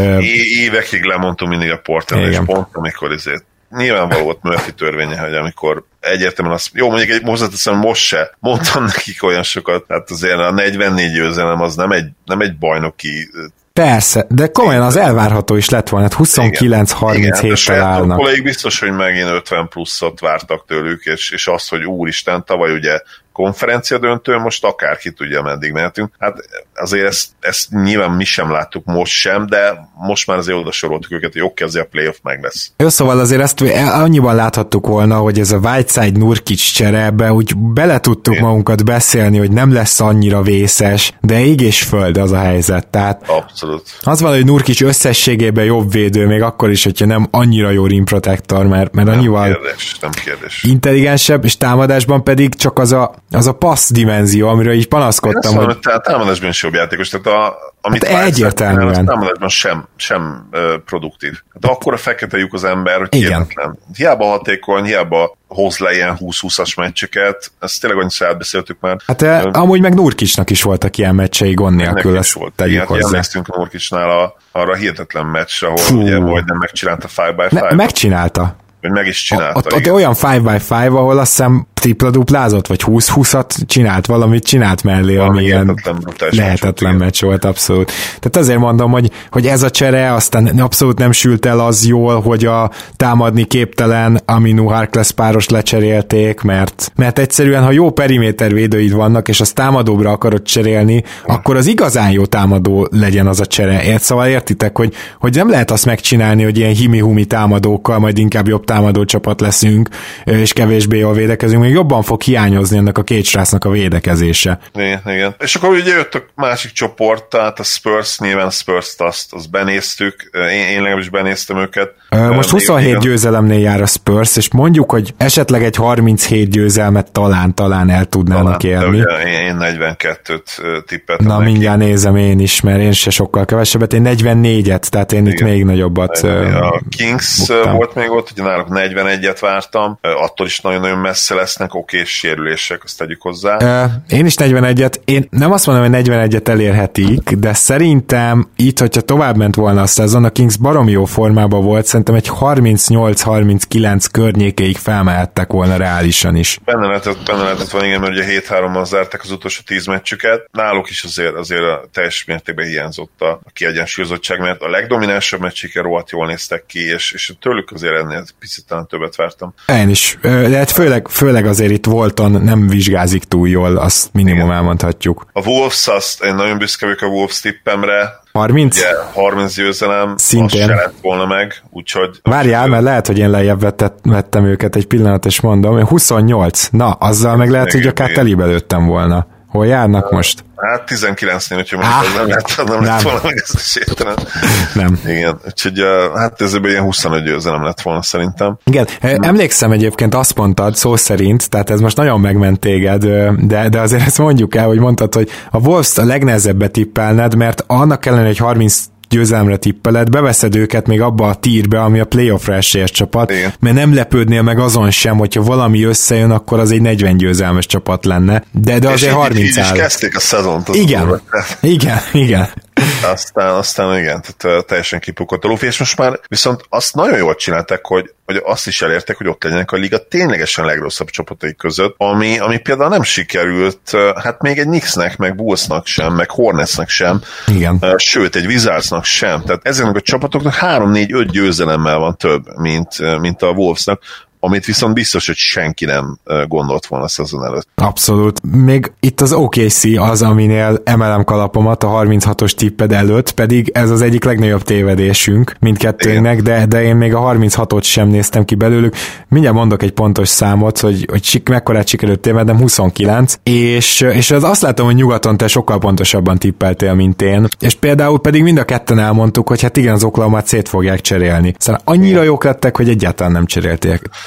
É- évekig lemondtam mindig a Portlandra, és pont amikor ezért nyilvánvaló volt Murphy törvénye, hogy amikor egyértelműen azt, jó, mondjuk egy hozzáteszem, most se mondtam nekik olyan sokat, tehát azért a negyvennégy győzelem az nem egy, nem egy bajnoki. Persze, de komolyan az elvárható is lett volna, hát huszonkilenc harminchéttel állnak. Kollégik biztos, hogy megint ötven pluszot vártak tőlük, és, és azt, hogy úristen, tavaly ugye konferencia döntő, most akárki tudja, meddig mehetünk. Hát azért ezt, ezt nyilván mi sem láttuk most sem, de most már azért oda soroltuk őket, hogy jó kezdje a playoff meg lesz. Jó, szóval azért ezt annyiban láthattuk volna, hogy ez a Whiteside-Nurkic csere, ebbe úgy bele tudtuk Én. magunkat beszélni, hogy nem lesz annyira vészes, de ég és föld az a helyzet. Tehát abszolút. Az van, hogy Nurkic összességében jobb védő, még akkor is, hogyha nem annyira jó rim protector, mert, mert nem annyival kérdés, nem kérdés. intelligensebb, és támadásban pedig csak az a az a passz dimenzió, amiről így panaszkodtam. Én azt mondom, hogy támadásban is jobb játékos, tehát a, amit hát egyértelműen. támadásban sem, sem uh, produktív. De akkor a fekete lyuk az ember, hogy hihetetlen. Hiába hatékony, hiába hoz le ilyen húsz-húszas meccseket, ezt tényleg annyiszor átbeszéltük már. Hát uh, amúgy meg Nurkicsnak is voltak ilyen meccsei gond nélkül, ezt tegyük hát hozzá. Emlékszünk a Nurkicsnál a, arra a hihetetlen meccsre, ahol Fú. ugye majdnem megcsinálta five by five. Ne, megcsinálta. Hogy meg is csinálta. Ott, ott olyan five by five, ahol azt hiszem tripla-duplázott, vagy húsz-húszat csinált, valamit csinált mellé, valami ami ilyen lehetetlen meccs volt, abszolút. Tehát azért mondom, hogy, hogy ez a csere aztán abszolút nem sült el az jól, hogy a támadni képtelen Aminu Harkless páros lecserélték, mert, mert egyszerűen, ha jó perimétervédőid vannak, és azt támadóbra akarod cserélni, akkor az igazán jó támadó legyen az a csere. Ért, szóval értitek, hogy, hogy nem lehet azt megcsinálni, hogy ilyen himi-humi támadókkal majd inkább jobb támadó csapat leszünk, és kevésbé jól védekezünk, még jobban fog hiányozni ennek a két srácnak a védekezése. Igen, igen. És akkor ugye jött a másik csoport, tehát a Spurs, nyilván a Spurs-t azt, azt benéztük, én, én legalábbis benéztem őket. Most huszonhét igen. győzelemnél jár a Spurs, és mondjuk, hogy esetleg egy harminchét győzelmet talán, talán el tudnának talán, érni. Ugye én negyvenkettőt tippeltem. Na, neki. Mindjárt nézem én is, mert én se sokkal kevesebbet, én negyvennégyet, tehát én igen. itt még nagyobbat. A Kings buktam. Volt még ott, ugye náluk negyvenegyet vártam, attól is nagyon-nagyon messze lesznek, oké, és sérülések, azt tegyük hozzá. Én is negyvenegyet, én nem azt mondom, hogy negyvenegyet elérhetik, de szerintem itt, hogyha tovább ment volna a szezon, a Kings baromi jó formában volt, szerintem egy harmincnyolc harminckilenc környékéig felmehettek volna reálisan is. Benne lehetett, benne lehetett van, igen, mert ugye hét hárommal zárták az utolsó tíz meccsüket. Náluk is azért, azért a teljes mértékben hiányzott a, a kiegyensúlyozottság, mert a legdominánsabb meccsike rohadt jól néztek ki, és, és tőlük azért ennél picit talán többet vártam. Én is, de hát főleg, főleg azért itt Walton nem vizsgázik túl jól, azt minimum igen. elmondhatjuk. A Wolves, azt én nagyon büszke vagyok a Wolves tippemre. harminc? Ugye, harminc győzelem, szintén. Az se lett volna meg, úgyhogy... Várjál, mert lehet, hogy én lejjebb vettet, vettem őket egy pillanat, és mondom, huszonnyolc, na, azzal meg lehet, hogy akár telibe lőttem volna. Hol járnak most? Hát tizenkilencnél, úgyhogy mondjuk ah, nem lett, nem nem. lett volna meg ez a sételen. Nem. Igen, úgyhogy hát ez ilyen huszonöt győzelem lett volna szerintem. Igen, emlékszem egyébként, azt mondtad szó szerint, tehát ez most nagyon megment téged, de, de azért ezt mondjuk el, hogy mondtad, hogy a Wolves a legnehezebbet tippelned, mert annak ellenére, hogy harminc győzelemre tippeled, beveszed őket még abba a tírbe, ami a playoffra esélyes csapat, igen. mert nem lepődnél meg azon sem, hogyha valami összejön, akkor az egy negyven győzelmes csapat lenne, de, de azért harminc áll. És így is kezdték a szezont. Igen, igen, igen. Aztán, aztán igen, tehát teljesen kipukott a lófi, és most már viszont azt nagyon jól csinálták, hogy, hogy azt is elértek, hogy ott legyenek a liga ténylegesen legrosszabb csapatai között, ami, ami például nem sikerült, hát még egy Knicksnek, meg Bullsnak sem, meg Hornetsnek sem, igen. sőt, egy Wizardsnak sem, tehát ezeknek a csapatoknak három négy öt győzelemmel van több, mint, mint a Wolvesnak, amit viszont biztos, hogy senki nem gondolt volna a szezon előtt. Abszolút. Még itt az o ká cé az, aminél emelem kalapomat a harminchatos tipped előtt, pedig ez az egyik legnagyobb tévedésünk mindkettőnknek, de, de én még a harminchatot sem néztem ki belőlük. Mindjárt mondok egy pontos számot, hogy, hogy mekkorát sikerült tévednem, huszonkilenc, és, és az azt látom, hogy nyugaton te sokkal pontosabban tippeltél, mint én, és például pedig mind a ketten elmondtuk, hogy hát igen, az Oklahomát szét fogják cserélni. Szóval annyira jók lettek, hogy egyáltalán nem cserélték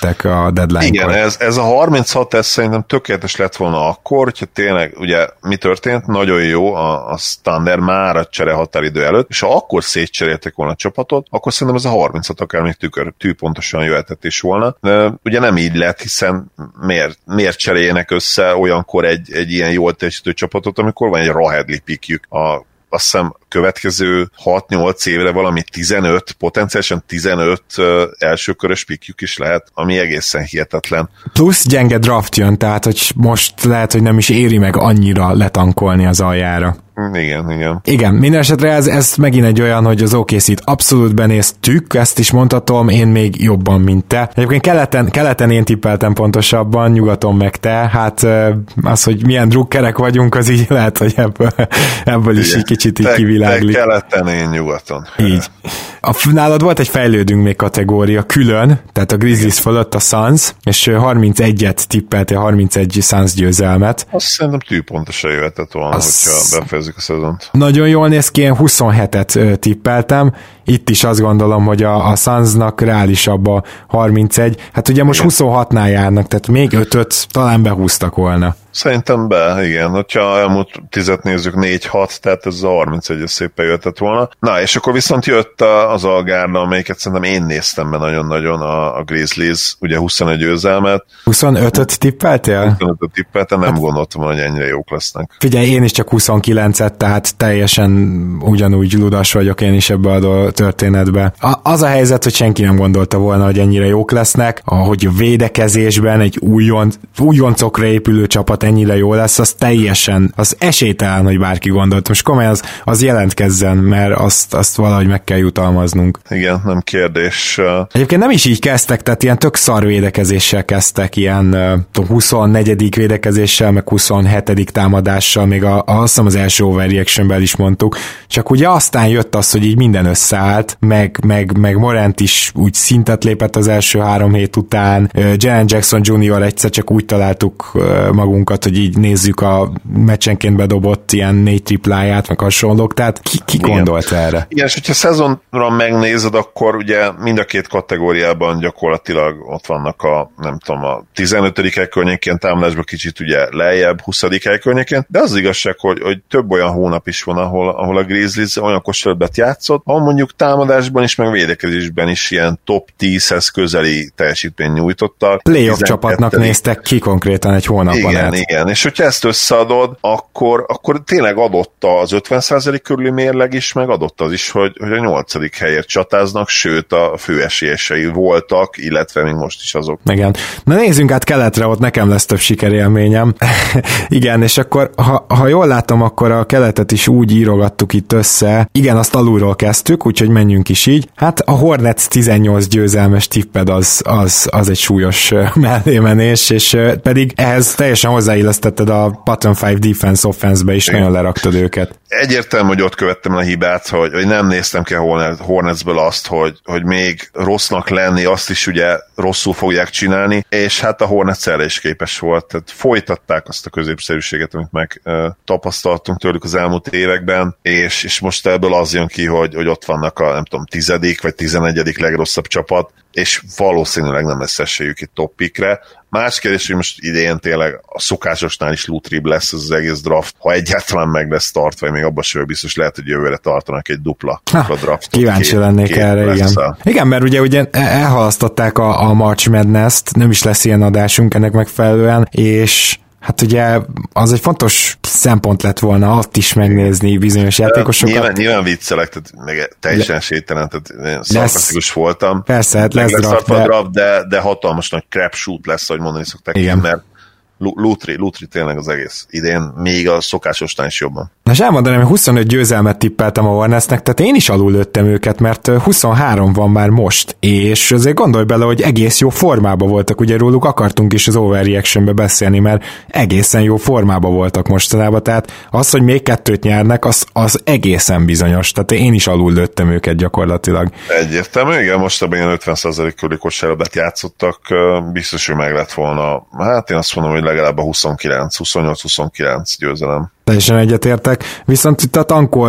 jöttek a deadline-kor. Igen, ez, ez a harminchat, ez szerintem tökéletes lett volna akkor, hogyha tényleg, ugye mi történt? Nagyon jó a, a Thunder már a csere határidő előtt, és ha akkor szétcseréltek volna a csapatot, akkor szerintem ez a harminchat akár még tükör, tűpontosan jöhetett is volna. De ugye nem így lett, hiszen miért, miért cseréljenek össze olyankor egy, egy ilyen jól teljesítő csapatot, amikor van egy Rahedli pickjük a azt hiszem következő hat-nyolc évre valami tizenöt, potenciálisan tizenöt uh, elsőkörös pickjük is lehet, ami egészen hihetetlen. Plusz gyenge draft jön, tehát hogy most lehet, hogy nem is éri meg annyira letankolni az aljára. Igen, igen. Igen, minden esetre ez, ez megint egy olyan, hogy az o ká cét abszolút benéztük, ezt is mondhatom, én még jobban, mint te. Egyébként keleten, keleten én tippeltem pontosabban, nyugaton meg te, hát az, hogy milyen drukkerek vagyunk, az így lehet, hogy ebből, ebből is egy kicsit így kiviláglik. Te keleten, én nyugaton. Így. A, nálad volt egy fejlődünk még kategória külön, tehát a Grizzlies fölött a Suns, és harmincegyet tippeltél, harmincegy Suns győzelmet. Azt szerintem tűpontosan jöhetett volna, az... hogyha befejezzük a szezont. Nagyon jól néz ki, én huszonhetet tippeltem, itt is azt gondolom, hogy a, a Sunsnak reálisabb a harmincegy, hát ugye most igen. huszonhatnál járnak, tehát még ötöt talán behúztak volna. Szerintem be, igen. Hogyha elmúlt tízet nézzük, négy-hat, tehát ez a harmincegy szépen jöhetett volna. Na, és akkor viszont jött az a gárda, amelyiket szerintem én néztem be nagyon-nagyon, a, a Grizzlies, ugye huszonegy győzelmet. huszonötöt tippeltél? huszonötöt tippeltem, nem hát, gondoltam, hogy ennyire jók lesznek. Figyelj, én is csak huszonkilencet, tehát teljesen ugyanúgy ludas vagyok én is ebbe a történetbe. A, az a helyzet, hogy senki nem gondolta volna, hogy ennyire jók lesznek, ahogy a védekezésben egy újon, újoncokra épülő csapat ennyire jó lesz, az teljesen, az esélytelen, hogy bárki gondolt. Most komolyan az, az jelentkezzen, mert azt, azt valahogy meg kell jutalmaznunk. Igen, nem kérdés. Egyébként nem is így kezdtek, tehát ilyen tök szar védekezéssel kezdtek, ilyen uh, huszonnegyedik védekezéssel, meg huszonhetedik támadással, még a, azt hiszem az első overreactionben is mondtuk, csak ugye aztán jött az, hogy így minden összeállt, meg, meg, meg Morant is úgy szintet lépett az első három hét után, uh, Jaren Jackson junior egyszer csak úgy találtuk uh, magunkat, hogy így nézzük a meccsenként bedobott ilyen négy tripláját, meg hasonlók, tehát ki, ki gondolt erre? Igen, és hogyha szezonra megnézed, akkor ugye mind a két kategóriában gyakorlatilag ott vannak a, nem tudom, a tizenötödik hely környékén támadásban kicsit ugye lejjebb, huszadik hely környékén, de az igazság, hogy, hogy több olyan hónap is van, ahol, ahol a Grizzlies olyan kosárlabdát játszott, ahol mondjuk támadásban is, meg védekezésben is ilyen top tízhez közeli teljesítmény nyújtottak. Playoff csapatnak néztek ki konkrétan egy hónapban. Igen, igen, és hogyha ezt összeadod, akkor, akkor tényleg adott az ötven százalék körüli mérleg is, meg adott az is, hogy, hogy a nyolcadik helyért csatáznak, sőt a főesélyesei voltak, illetve még most is azok. Igen. Na nézzünk át keletre, ott nekem lesz több sikerélményem. Igen, és akkor, ha, ha jól látom, akkor a keletet is úgy írogattuk itt össze. Igen, azt alulról kezdtük, úgyhogy menjünk is így. Hát a Hornets tizennyolc győzelmes tipped az, az, az egy súlyos mellémenés, és pedig ehhez teljesen hozzáillesztetted a Bottom öt Defense Offense-be is, igen. Nagyon leraktad őket. Egyértelmű, hogy ott követtem a hibát, hogy, hogy nem néztem ki a Hornetsből azt, hogy, hogy még rossznak lenni, azt is ugye rosszul fogják csinálni, és hát a Hornets erre is képes volt. Tehát folytatták azt a középszerűséget, amit meg uh, tapasztaltunk tőlük az elmúlt években, és, és most ebből az jön ki, hogy, hogy ott vannak a nem tudom, tizedik vagy tizenegyedik legrosszabb csapat, és valószínűleg nem lesz esélyük itt top pickre. Más kérdés, hogy most idén tényleg a szokásosnál is lutribb lesz ez az egész draft, ha egyáltalán meg lesz tartva, még abban sem biztos lehet, hogy jövőre tartanak egy dupla, dupla draftot. Kíváncsi két, lennék két erre, igen. A... Igen, mert ugye, ugye elhalasztották a, a March Madness-t, nem is lesz ilyen adásunk ennek megfelelően, és hát ugye az egy fontos szempont lett volna azt is megnézni bizonyos játékosokat. Nyilván, nyilván viccelek, tehát meg teljesen Le... sételen, tehát szarkasztikus voltam. Persze, hát lesz, lesz draft, de... draft, de, de hatalmas nagy crapshoot lesz, ahogy mondani szokták. Igen. Mert Lutri, Lutri tényleg az egész idén, még a szokásosnál is jobban. Na és elmondanám, hogy huszonöt győzelmet tippeltem a Hornetsnek, tehát én is alul lőttem őket, mert huszonhárom van már most, és azért gondolj bele, hogy egész jó formában voltak, ugye róluk akartunk is az overreactionbe beszélni, mert egészen jó formában voltak mostanában, tehát az, hogy még kettőt nyernek, az, az egészen bizonyos, tehát én is alul lőttem őket gyakorlatilag. Egyértelmű, igen, most ebben ilyen ötven százalék körüli kosárlabdát játszottak, biztos, hogy meg lett volna, hát én azt mondom, hogy legalább a huszonkilenc, huszonnyolc huszonkilenc győzelem. Teljesen egyetértek, viszont itt a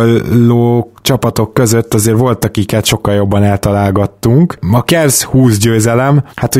tankoló csapatok között azért volt, akiket sokkal jobban eltalálgattunk. A Cavs húsz győzelem, hát ugye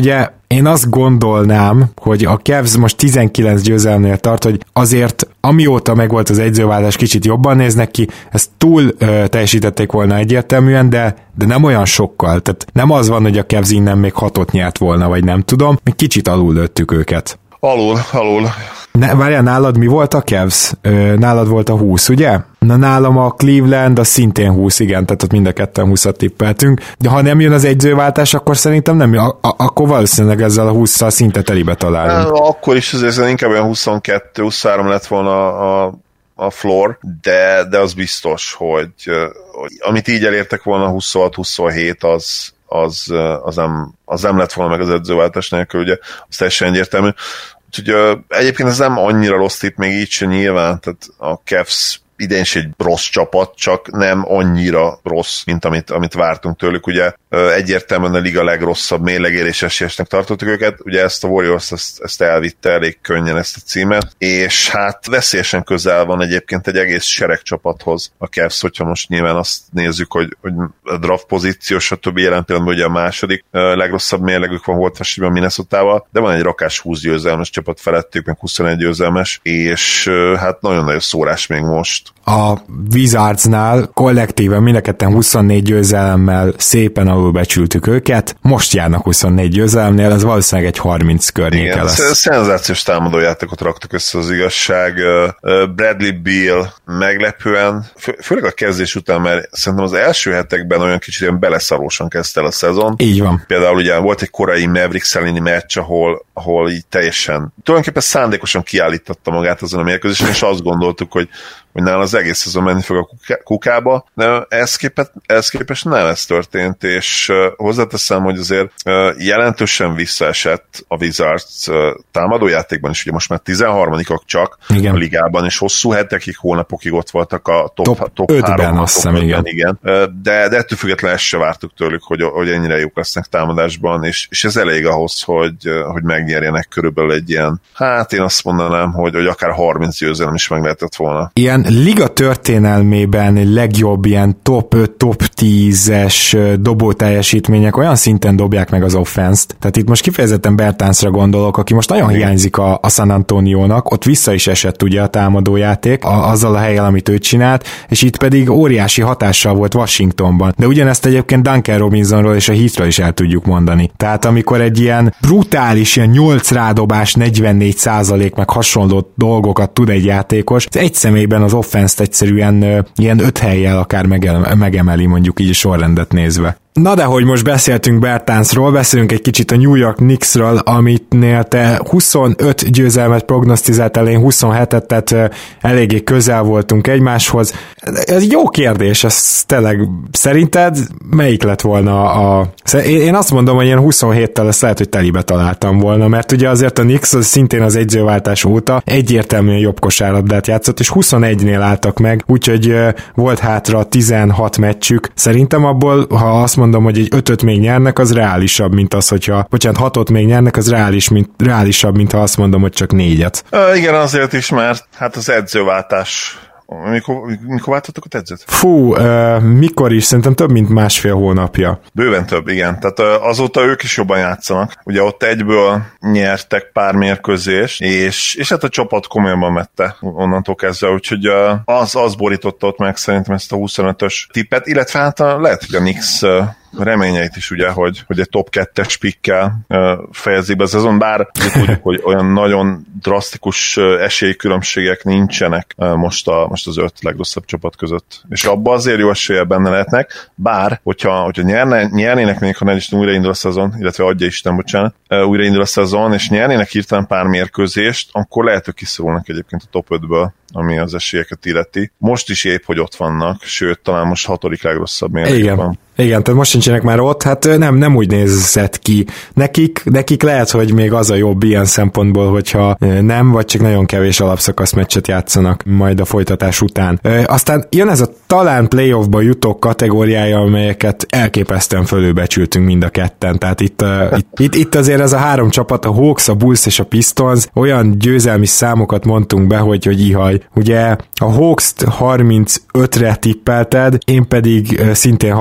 Én azt gondolnám, hogy a Cavs most tizenkilenc győzelemnél tart, hogy azért amióta megvolt az edzőváltás, kicsit jobban néznek ki, ezt túl ö, teljesítették volna egyértelműen, de, de nem olyan sokkal. Tehát nem az van, hogy a Cavs innen még hatot nyert volna, vagy nem tudom, még kicsit alul lőttük őket. Alul, alul. Ne, várjál, nálad mi volt a Cavs? Ö, nálad volt a húsz, ugye? Na nálam a Cleveland, a szintén húsz, igen, tehát ott mind a ketten húszat tippeltünk. De ha nem jön az egyzőváltás, akkor szerintem nem jön. A- a- akkor valószínűleg ezzel a hússzal szinte telibe találunk. Akkor is azért inkább olyan huszonkettő huszonhárom lett volna a, a floor, de, de az biztos, hogy, hogy amit így elértek volna huszonhat huszonhét, az az, az, nem, az nem lett volna meg az edzőváltás nélkül, ugye, az teljesen egyértelmű. Úgyhogy uh, egyébként ez nem annyira rossz itt, még így sem nyilván, tehát a Cavs idén is egy rossz csapat, csak nem annyira rossz, mint amit, amit vártunk tőlük. Ugye egyértelműen a liga legrosszabb mérlegérés esélyesnek tartottuk őket, ugye ezt a Warriors ezt, ezt elvitte elég könnyen ezt a címet, és hát veszélyesen közel van egyébként egy egész seregcsapathoz a Cavs, hogyha most nyilván azt nézzük, hogy, hogy a draft pozíció, stb. Jelen pillanatban ugye a második legrosszabb mérlegük van volt esetben Minnesotával, de van egy rakás húsz győzelmes csapat felettük, meg huszonegy győzelmes, és hát nagyon nagy szórás még most. A Wizardsnál kollektíven mind a ketten huszonnégy győzelemmel szépen alulbecsültük őket, most járnak huszonnégy győzelemnél, ez valószínűleg egy harminc környéke igen, lesz. Szenzációs támadójátékot raktak össze az igazság. Bradley Beal meglepően, fő, főleg a kezdés után, mert szerintem az első hetekben olyan kicsit ilyen beleszarósan kezdte el a szezon. Így van. Például ugye volt egy korai Mavericks elleni meccs, ahol, ahol így teljesen, tulajdonképpen szándékosan kiállította magát azon a mérkőzésen, és azt gondoltuk, hogy hogy nála az egész szezon menni fog a kukába, de ehhez képest, ehhez képest nem ez történt, és uh, hozzáteszem, hogy azért uh, jelentősen visszaesett a Wizards uh, támadójátékban is, ugye most már tizenharmadikak csak igen. A ligában, és hosszú hetekig, hónapokig ott voltak a top, top, top ötben, azt hiszem, igen. igen. Uh, de, de ettől függetlenül ezt se vártuk tőlük, hogy, hogy ennyire jók lesznek támadásban, és, és ez elég ahhoz, hogy, uh, hogy megnyerjenek körülbelül egy ilyen, hát én azt mondanám, hogy, hogy akár harminc győzelem is meg lehetett volna. Ilyen liga történelmében legjobb ilyen top öt, top tízes dobó teljesítmények olyan szinten dobják meg az offenszt. Tehát itt most kifejezetten Bertánsra gondolok, aki most nagyon hiányzik a, a San Antoniónak, ott vissza is esett ugye a támadójáték a, azzal a helyen, amit ő csinált, és itt pedig óriási hatással volt Washingtonban. De ugyanezt egyébként Duncan Robinsonról és a Heatről is el tudjuk mondani. Tehát amikor egy ilyen brutális, ilyen nyolc rádobás, negyvennégy százalék meg hasonló dolgokat tud egy játékos, egy személyben az offenszt egyszerűen uh, ilyen öt hellyel akár megemeli, mondjuk így sorrendet nézve. Na de hogy most beszéltünk Bertánsról, beszélünk egy kicsit a New York Knicksről, amitnél te huszonöt győzelmet prognosztizáltál, én huszonhetet, tehát eléggé közel voltunk egymáshoz. Ez jó kérdés, ez tényleg szerinted melyik lett volna a... Én azt mondom, hogy ilyen huszonhéttel ezt lehet, hogy telibe találtam volna, mert ugye azért a Knicks az szintén az egyzőváltás óta egyértelműen jobb kosárlabdát játszott, és huszonegynél álltak meg, úgyhogy volt hátra tizenhat meccsük. Szerintem abból, ha azt mondom, hogy egy ötöt még nyernek, az reálisabb, mint az, hogyha, bocsánat, hatot még nyernek, az reális, mint, reálisabb, mint ha azt mondom, hogy csak négyet. Uh, igen, azért is, mert hát az edzőváltás Mikor, mikor váltottak a edzőt? Fú, uh, mikor is? Szerintem több, mint másfél hónapja. Bőven több, igen. Tehát uh, azóta ők is jobban játszanak. Ugye ott egyből nyertek pár mérkőzést, és, és hát a csapat komolyan vette onnantól kezdve, úgyhogy uh, az, az borította ott meg szerintem ezt a huszonötös tippet, illetve hát a, lehet, hogy a Knicks uh, reményeit is ugye, hogy, hogy egy top kettes pikkel uh, fejezik be a szezon, bár tudjuk, hogy olyan nagyon drasztikus uh, esélykülönbségek nincsenek uh, most, a, most az öt legrosszabb csapat között. És abban azért jó eséllyel benne lehetnek, bár, hogyha, hogyha nyerne, nyernének még, ha ne is újraindul a szezon, illetve adja Isten, bocsánat, uh, újraindul a szezon, és nyernének hirtelen pár mérkőzést, akkor lehet, hogy kiszorulnak egyébként a top ötből, ami az esélyeket illeti. Most is épp, hogy ott vannak, sőt, talán most hatodik legrosszabb mérleg van. Igen, tehát most sincsenek már ott, hát nem, nem úgy nézett ki. Nekik, nekik lehet, hogy még az a jobb ilyen szempontból, hogyha nem, vagy csak nagyon kevés alapszakasz meccset játszanak majd a folytatás után. Aztán jön ez a talán playoffba jutók kategóriája, amelyeket elképesztően fölülbecsültünk mind a ketten, tehát itt, itt, itt, itt azért ez a három csapat, a Hawks, a Bulls és a Pistons, olyan győzelmi számokat mondtunk be, hogy, hogy ihaj. Ugye a Hawks-t harmincötre tippelted, én pedig szintén harmincöt,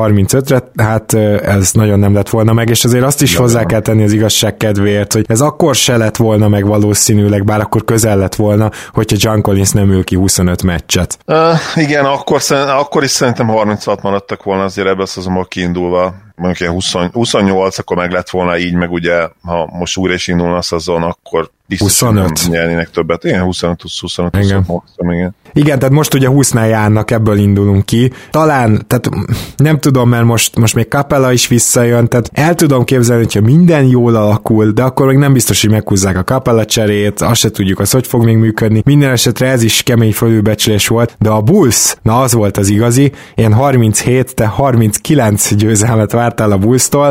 esetre, hát ez nagyon nem lett volna meg, és azért azt is ja, hozzá kell tenni az igazság kedvéért, hogy ez akkor se lett volna meg valószínűleg, bár akkor közel lett volna, hogyha John Collins nem ül ki huszonöt meccset. Uh, igen, akkor, akkor is szerintem harminchat maradtak volna azért ebből a szezonból kiindulva, mondjuk ilyen húsz, huszonnyolc, akkor meg lett volna így, meg ugye, ha most újra is indulna a szezon, akkor biztos huszonöt nyernének többet. Igen, huszonöt huszonöt igen. huszonöt igen. Igen, tehát most ugye húsznál járnak, ebből indulunk ki. Talán, tehát nem tudom, mert most, most még Capella is visszajön, tehát el tudom képzelni, hogyha minden jól alakul, de akkor még nem biztos, hogy meghúzzák a Capella cserét, azt se tudjuk, az hogy fog még működni. Minden esetre ez is kemény fölülbecslés volt, de a Bulls, na az volt az igazi, ilyen harminchét, te harminckilenc győzelmet vártál a Bulls-tól.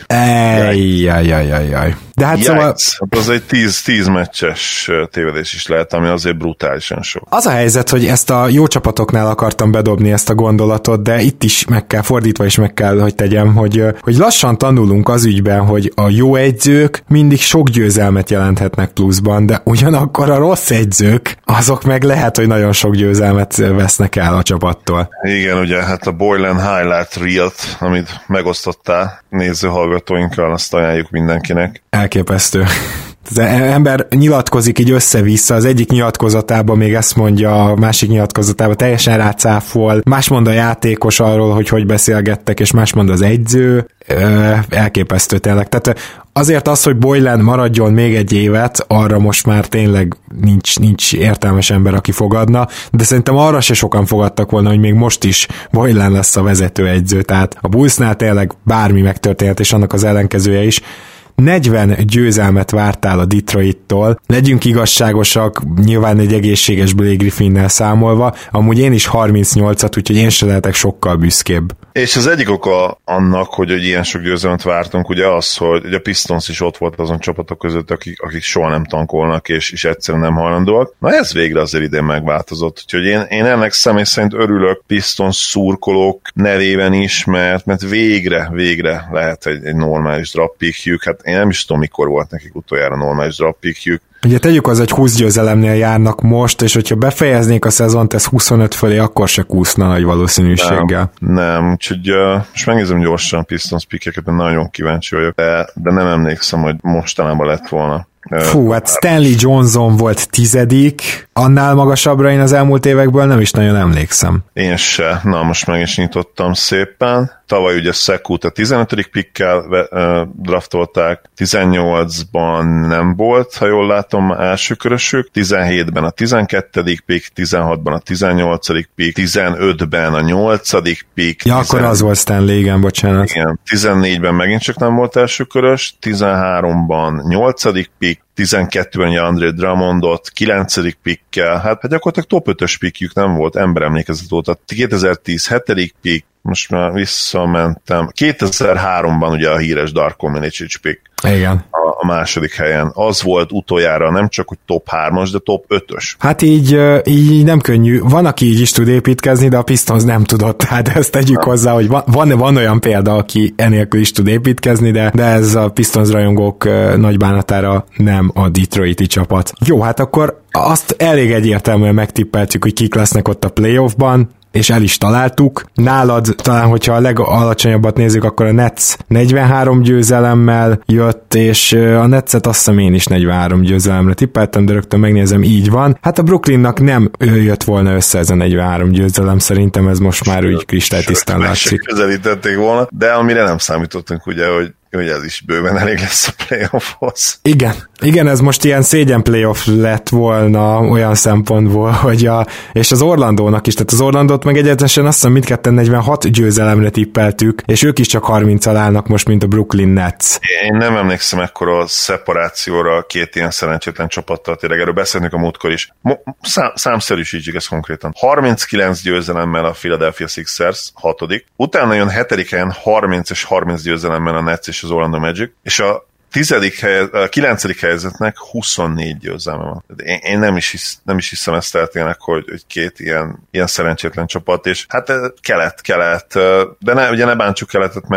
Ejjjjjjjjjjjjj. De hát szóval... Hát az egy tíz meccses tévedés is lehet, ami azért brutálisan sok. Az a helyzet, hogy ezt a jó csapatoknál akartam bedobni ezt a gondolatot, de itt is meg kell, fordítva is meg kell, hogy tegyem, hogy, hogy lassan tanulunk az ügyben, hogy a jó edzők mindig sok győzelmet jelenthetnek pluszban, de ugyanakkor a rossz edzők, azok meg lehet, hogy nagyon sok győzelmet vesznek el a csapattól. Igen, ugye, hát a Boylan Highlight Reel-t, amit megosztottál nézőhallgatóinkkal, azt ajánljuk mindenkinek. Elképesztő. Az ember nyilatkozik így össze-vissza, az egyik nyilatkozatában még ezt mondja, a másik nyilatkozatában teljesen rácáfol, más mond a játékos arról, hogy hogy beszélgettek, és más mond az edző, elképesztő tényleg. Tehát azért az, hogy Boylan maradjon még egy évet, arra most már tényleg nincs, nincs értelmes ember, aki fogadna, de szerintem arra se sokan fogadtak volna, hogy még most is Boylan lesz a vezetőedző, tehát a Bullsnál tényleg bármi megtörténhet, és annak az ellenkezője is. negyven győzelmet vártál a Detroittól, legyünk igazságosak, nyilván egy egészséges Blake Griffinnel számolva, amúgy én is harmincnyolcat, úgyhogy én se lehetek sokkal büszkébb. És az egyik oka annak, hogy, hogy ilyen sok győzelmet vártunk, ugye az, hogy ugye a Pistons is ott volt azon csapatok között, akik, akik soha nem tankolnak, és, és egyszerűen nem hajlandóak. Na ez végre azért idén megváltozott, úgyhogy én, én ennek személy szerint örülök Pistons szurkolók nevében is, mert, mert végre, végre lehet egy, egy normális draft pickjük. Hát én nem is tudom, mikor volt nekik utoljára normális draft pickjük. Ugye tegyük az, hogy húsz győzelemnél járnak most, és hogyha befejeznék a szezont, ez huszonöt fölé, akkor se kúszna nagy valószínűséggel. Nem, nem. Úgyhogy uh, most megnézem gyorsan a Pistons pickeket, de nagyon kíváncsi vagyok, de, de nem emlékszem, hogy mostanában lett volna. Fú, hát Stanley Johnson volt tizedik, annál magasabbra én az elmúlt évekből nem is nagyon emlékszem. Én se. Na, most meg is nyitottam szépen. Tavaly ugye Sekut a tizenötödik pickkel uh, draftolták, tizennyolcban nem volt, ha jól látom, elsőkörösük, tizenhétben a tizenkettedik pick, tizenhatban a tizennyolcadik pick, tizenötben a nyolcadik pick. Ja, tizen... akkor az volt Stanley, igen, bocsánat. Igen, tizennégyben megint csak nem volt elsőkörös, tizenháromban nyolcadik pick, tizenkettőben Andre Drummondot, kilencedik pickkel, hát, hát gyakorlatilag top ötös pickjük nem volt, emberemlékezet óta, kétezer-tíz hetedik pick, most már visszamentem, kétezer-háromban ugye a híres Darko Milicic pick. Igen. A, a második helyen. Az volt utoljára nem csak, hogy top hármas, de top ötös. Hát így, így nem könnyű. Van, aki így is tud építkezni, de a Pistons nem tudott. Tehát ezt tegyük nem. hozzá, hogy van, van olyan példa, aki enélkül is tud építkezni, de, de ez a Pistons rajongók nagy bánatára nem a Detroiti csapat. Jó, hát akkor azt elég egyértelműen megtippeltük, hogy kik lesznek ott a playoffban, és el is találtuk. Nálad talán, hogyha a legalacsonyabbat nézzük, akkor a Nets negyvenhárom győzelemmel jött, és a Netset azt hiszem én is negyvenhárom győzelemre tippeltem, de rögtön megnézem, így van. Hát a Brooklynnak nem jött volna össze ez a negyvenhárom győzelem, szerintem ez most már úgy kristálytisztán látszik. Közelítették volna, de amire nem számítottunk ugye, hogy hogy ez is bőven elég lesz a playoffhoz. Igen, igen, ez most ilyen szégyen playoff lett volna olyan szempontból, hogy a, és az Orlandónak is, tehát az Orlandót meg egyetesen azt hiszem mindketten negyvenhat győzelemre tippeltük, és ők is csak harminccal állnak most, mint a Brooklyn Nets. Én nem emlékszem ekkora szeparációra két ilyen szerencsétlen csapattal, tényleg erről beszélünk a múltkor is. Mo- szám- számszerűsítsük ezt konkrétan. harminckilenc győzelemmel a Philadelphia Sixers, hatodik. Utána jön hetedik helyen harminc és harminc győzelemmel a Nets és az Orlando Magic, és a tizedik hely, a kilencedik helyzetnek huszonnégy győzelme van. Én, én nem, is hisz, nem is hiszem ezt eltélnek, hogy, hogy két ilyen, ilyen szerencsétlen csapat, és hát kelet, kelet, de ne, ugye ne bántsuk keletet, mert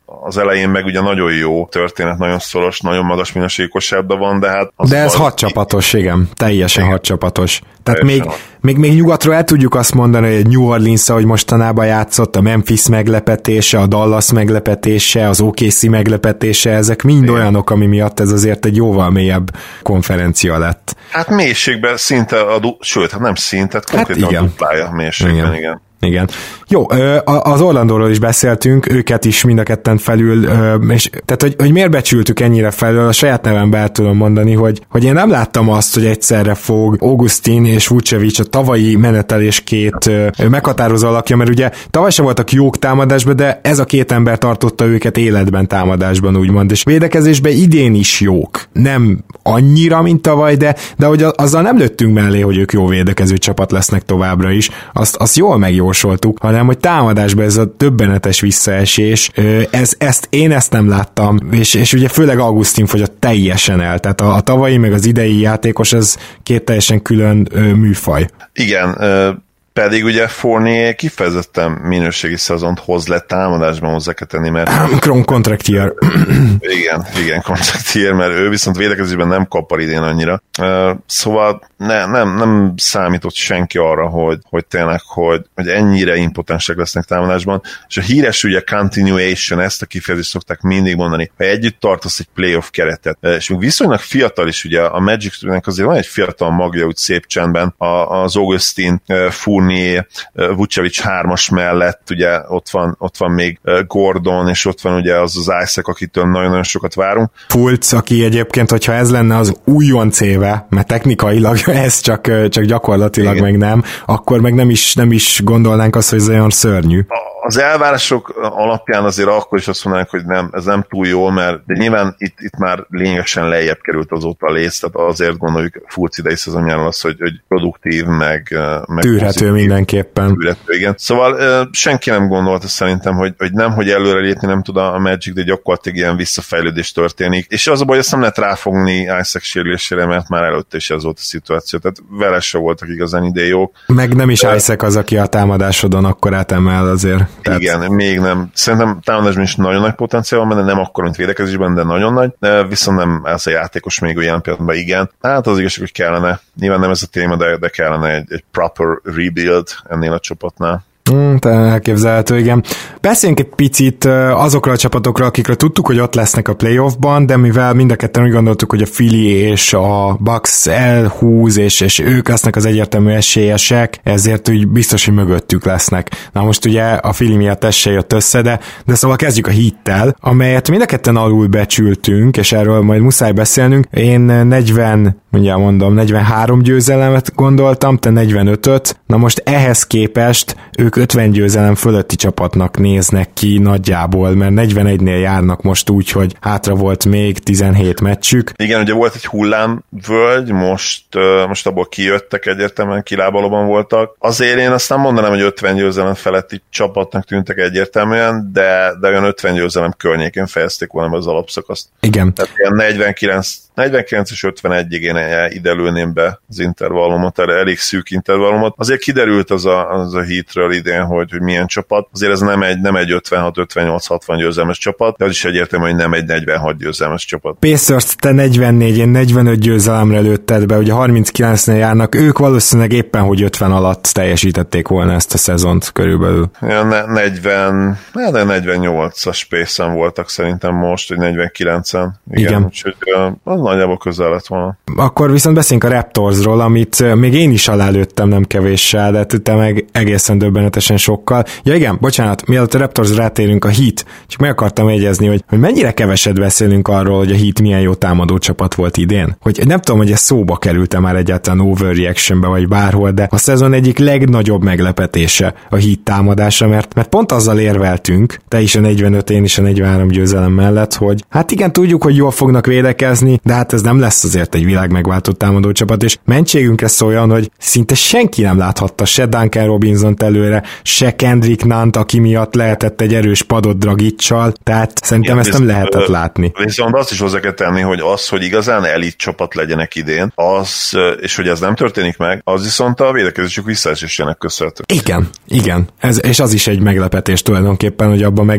az elején meg ugye nagyon jó történet, nagyon szoros, nagyon magas minőségű kosárlabda van, de hát... De ez hat csapatos, igen, teljesen hat csapatos. Tehát Teljesen még, még, még nyugatról el tudjuk azt mondani, hogy New Orleans, ahogy mostanában játszott, a Memphis meglepetése, a Dallas meglepetése, az o ká cé meglepetése, ezek mind igen. olyanok, ami miatt ez azért egy jóval mélyebb konferencia lett. Hát mélységben szinte, a du- sőt, hát nem szinte, konkrétan hát a duplája mélységben, igen. igen. Igen. Jó, az Orlandóról is beszéltünk, őket is mind a ketten felül, és tehát, hogy, hogy miért becsültük ennyire felül, a saját nevemben el tudom mondani, hogy, hogy én nem láttam azt, hogy egyszerre fog Augustin és Vucevic a tavalyi menetelés két meghatározó alakja, mert ugye tavaly sem voltak jók támadásban, de ez a két ember tartotta őket életben támadásban, úgymond, és védekezésben idén is jók. Nem annyira, mint tavaly, de, de hogy azzal nem lőttünk mellé, hogy ők jó védekező csapat lesznek továbbra is. Azt, azt jól megjósoltuk, hanem hogy támadásban ez a döbbenetes visszaesés, ez, ezt, én ezt nem láttam, és, és ugye főleg Augustin fogyott teljesen el, tehát a, a tavalyi meg az idei játékos, ez két teljesen külön ö, műfaj. Igen, ö, pedig ugye Fournier kifejezetten minőségi szezont hoz le támadásban, hozzá kell tenni, mert... Kron contract year. igen, igen, contract year, mert ő viszont védekezésben nem kapar idén annyira. Uh, szóval ne, nem, nem számított senki arra, hogy, hogy tényleg, hogy, hogy ennyire impotensek lesznek támadásban, és a híres ugye continuation, ezt a kifejezést szokták mindig mondani, ha együtt tartasz egy playoff keretet, és még viszonylag fiatal is, ugye a Magicnek azért van egy fiatal magja, úgy szép csendben, az Augustin, Fournier, Vucevic hármas mellett, ugye ott van, ott van még Gordon, és ott van ugye az az Isaac, akitől nagyon-nagyon sokat várunk. Fultz, aki egyébként, hogyha ez lenne az újonc éve, mert technikailag ez csak, csak gyakorlatilag igen. meg nem, akkor meg nem is, nem is gondolnánk azt, hogy ez olyan szörnyű. Az elvárások alapján azért akkor is azt mondanánk, hogy nem, ez nem túl jó, mert de nyilván itt, itt már lényegesen lejjebb került azóta a léc, tehát azért gondoljuk Fultz idei szezonjáról az, hogy, hogy produktív, meg, meg tűrhető pozitív, mindenképpen. Tűrhető, igen. Szóval senki nem gondolta szerintem, hogy, hogy nem, hogy előrelépni nem tud a Magic, de gyakorlatilag ilyen visszafejlődés történik. És az a baj, hogy ezt nem lehet ráfogni Isaac sérülésére, mert már előtte is ez volt a szituáció, tehát vele se voltak igazán idén jók. Meg nem is de... Isaac az, aki a támadásodon akkor átemel azért. Tehát... Igen, még nem. Szerintem támadásban is nagyon nagy potenciál van, de nem akkor, mint védekezésben, de nagyon nagy. De viszont nem ez a játékos még olyan pillanatban, igen. Hát az igazság, hogy kellene, nyilván nem ez a téma, de, de kellene egy, egy proper rebuild ennél a csapatnál. Hmm, elképzelhető, igen. Beszéljünk egy picit azokra a csapatokra, akikről tudtuk, hogy ott lesznek a playoffban, de mivel mind a ketten úgy gondoltuk, hogy a Philly és a Bucks elhúz, és, és ők lesznek az egyértelmű esélyesek, ezért úgy biztos, hogy mögöttük lesznek. Na most ugye a Philly miatt ez se jött össze, de, de szóval kezdjük a Heattel, amelyet mind a ketten alul becsültünk, és erről majd muszáj beszélnünk. Én negyven, mindjárt mondom, negyvenhárom győzelemet gondoltam, te negyvenötöt. Na most ehhez képest ők ötven győzelem fölötti csapatnak néznek ki nagyjából, mert negyvenegynél járnak most úgy, hogy hátra volt még tizenhét meccsük. Igen, ugye volt egy hullámvölgy, most, most abból kijöttek, egyértelműen kilábalóban voltak. Azért én azt nem mondanám, hogy ötven győzelem feletti csapatnak tűntek egyértelműen, de, de olyan ötven győzelem környékén fejezték volna az alapszakaszt. Igen. Tehát ilyen negyvenkilenc, negyvenkilenc és ötvenegyig én ide lőném be az intervallumot, erre elég szűk intervallumot. Azért kiderült az a, az a Heatről idén, hogy, hogy milyen csapat. Azért ez nem egy, nem egy ötvenhat ötvennyolc hatvan győzelmes csapat, de az is egyértelmű, hogy nem egy negyvenhat győzelmes csapat. Pacers, te negyvennégy, én negyvenöt győzelemre lőtted be, ugye harminckilencnél járnak, ők valószínűleg éppen, hogy ötven alatt teljesítették volna ezt a szezont körülbelül. Ja, ne, negyven, de negyvennyolcas Pacen voltak szerintem most, hogy negyvenkilencen. Igen. Igen. Úgyhogy az nagyjából közel lett volna. Akkor viszont beszéljünk a Raptorsról, amit még én is alálőttem nem kevéssel, de te meg egészen döbbenetesen sokkal. Ja igen, bocsánat, mielőtt a Raptors rátérünk, a Heat, csak meg akartam egyezni, hogy, hogy mennyire keveset beszélünk arról, hogy a Heat milyen jó támadó csapat volt idén. Hogy nem tudom, hogy ez szóba került-e már egyáltalán overreactionbe vagy bárhol, de a szezon egyik legnagyobb meglepetése a Heat támadása, mert, mert pont azzal érveltünk, te is a negyvenöt, én is a negyvenhárom győzelem mellett, hogy hát igen, tudjuk, hogy jól fognak védekezni, de hát ez nem lesz azért egy világ megváltott támadó csapat, és mentségünkre szóljon, hogy szinte senki nem láthatta se Duncan Robinsont előre, se Kendrick Nunn, aki miatt lehetett egy erős padot Dragic-sal, tehát szerintem igen, ezt nem lehetett látni. Viszont azt is hozzá kell tenni, hogy az, hogy igazán elit csapat legyenek idén, az, és hogy ez nem történik meg, az viszont a védekezésük visszaesésének köszönhető. Igen, igen. Ez, és az is egy meglepetés tulajdonképpen, hogy abban meg nem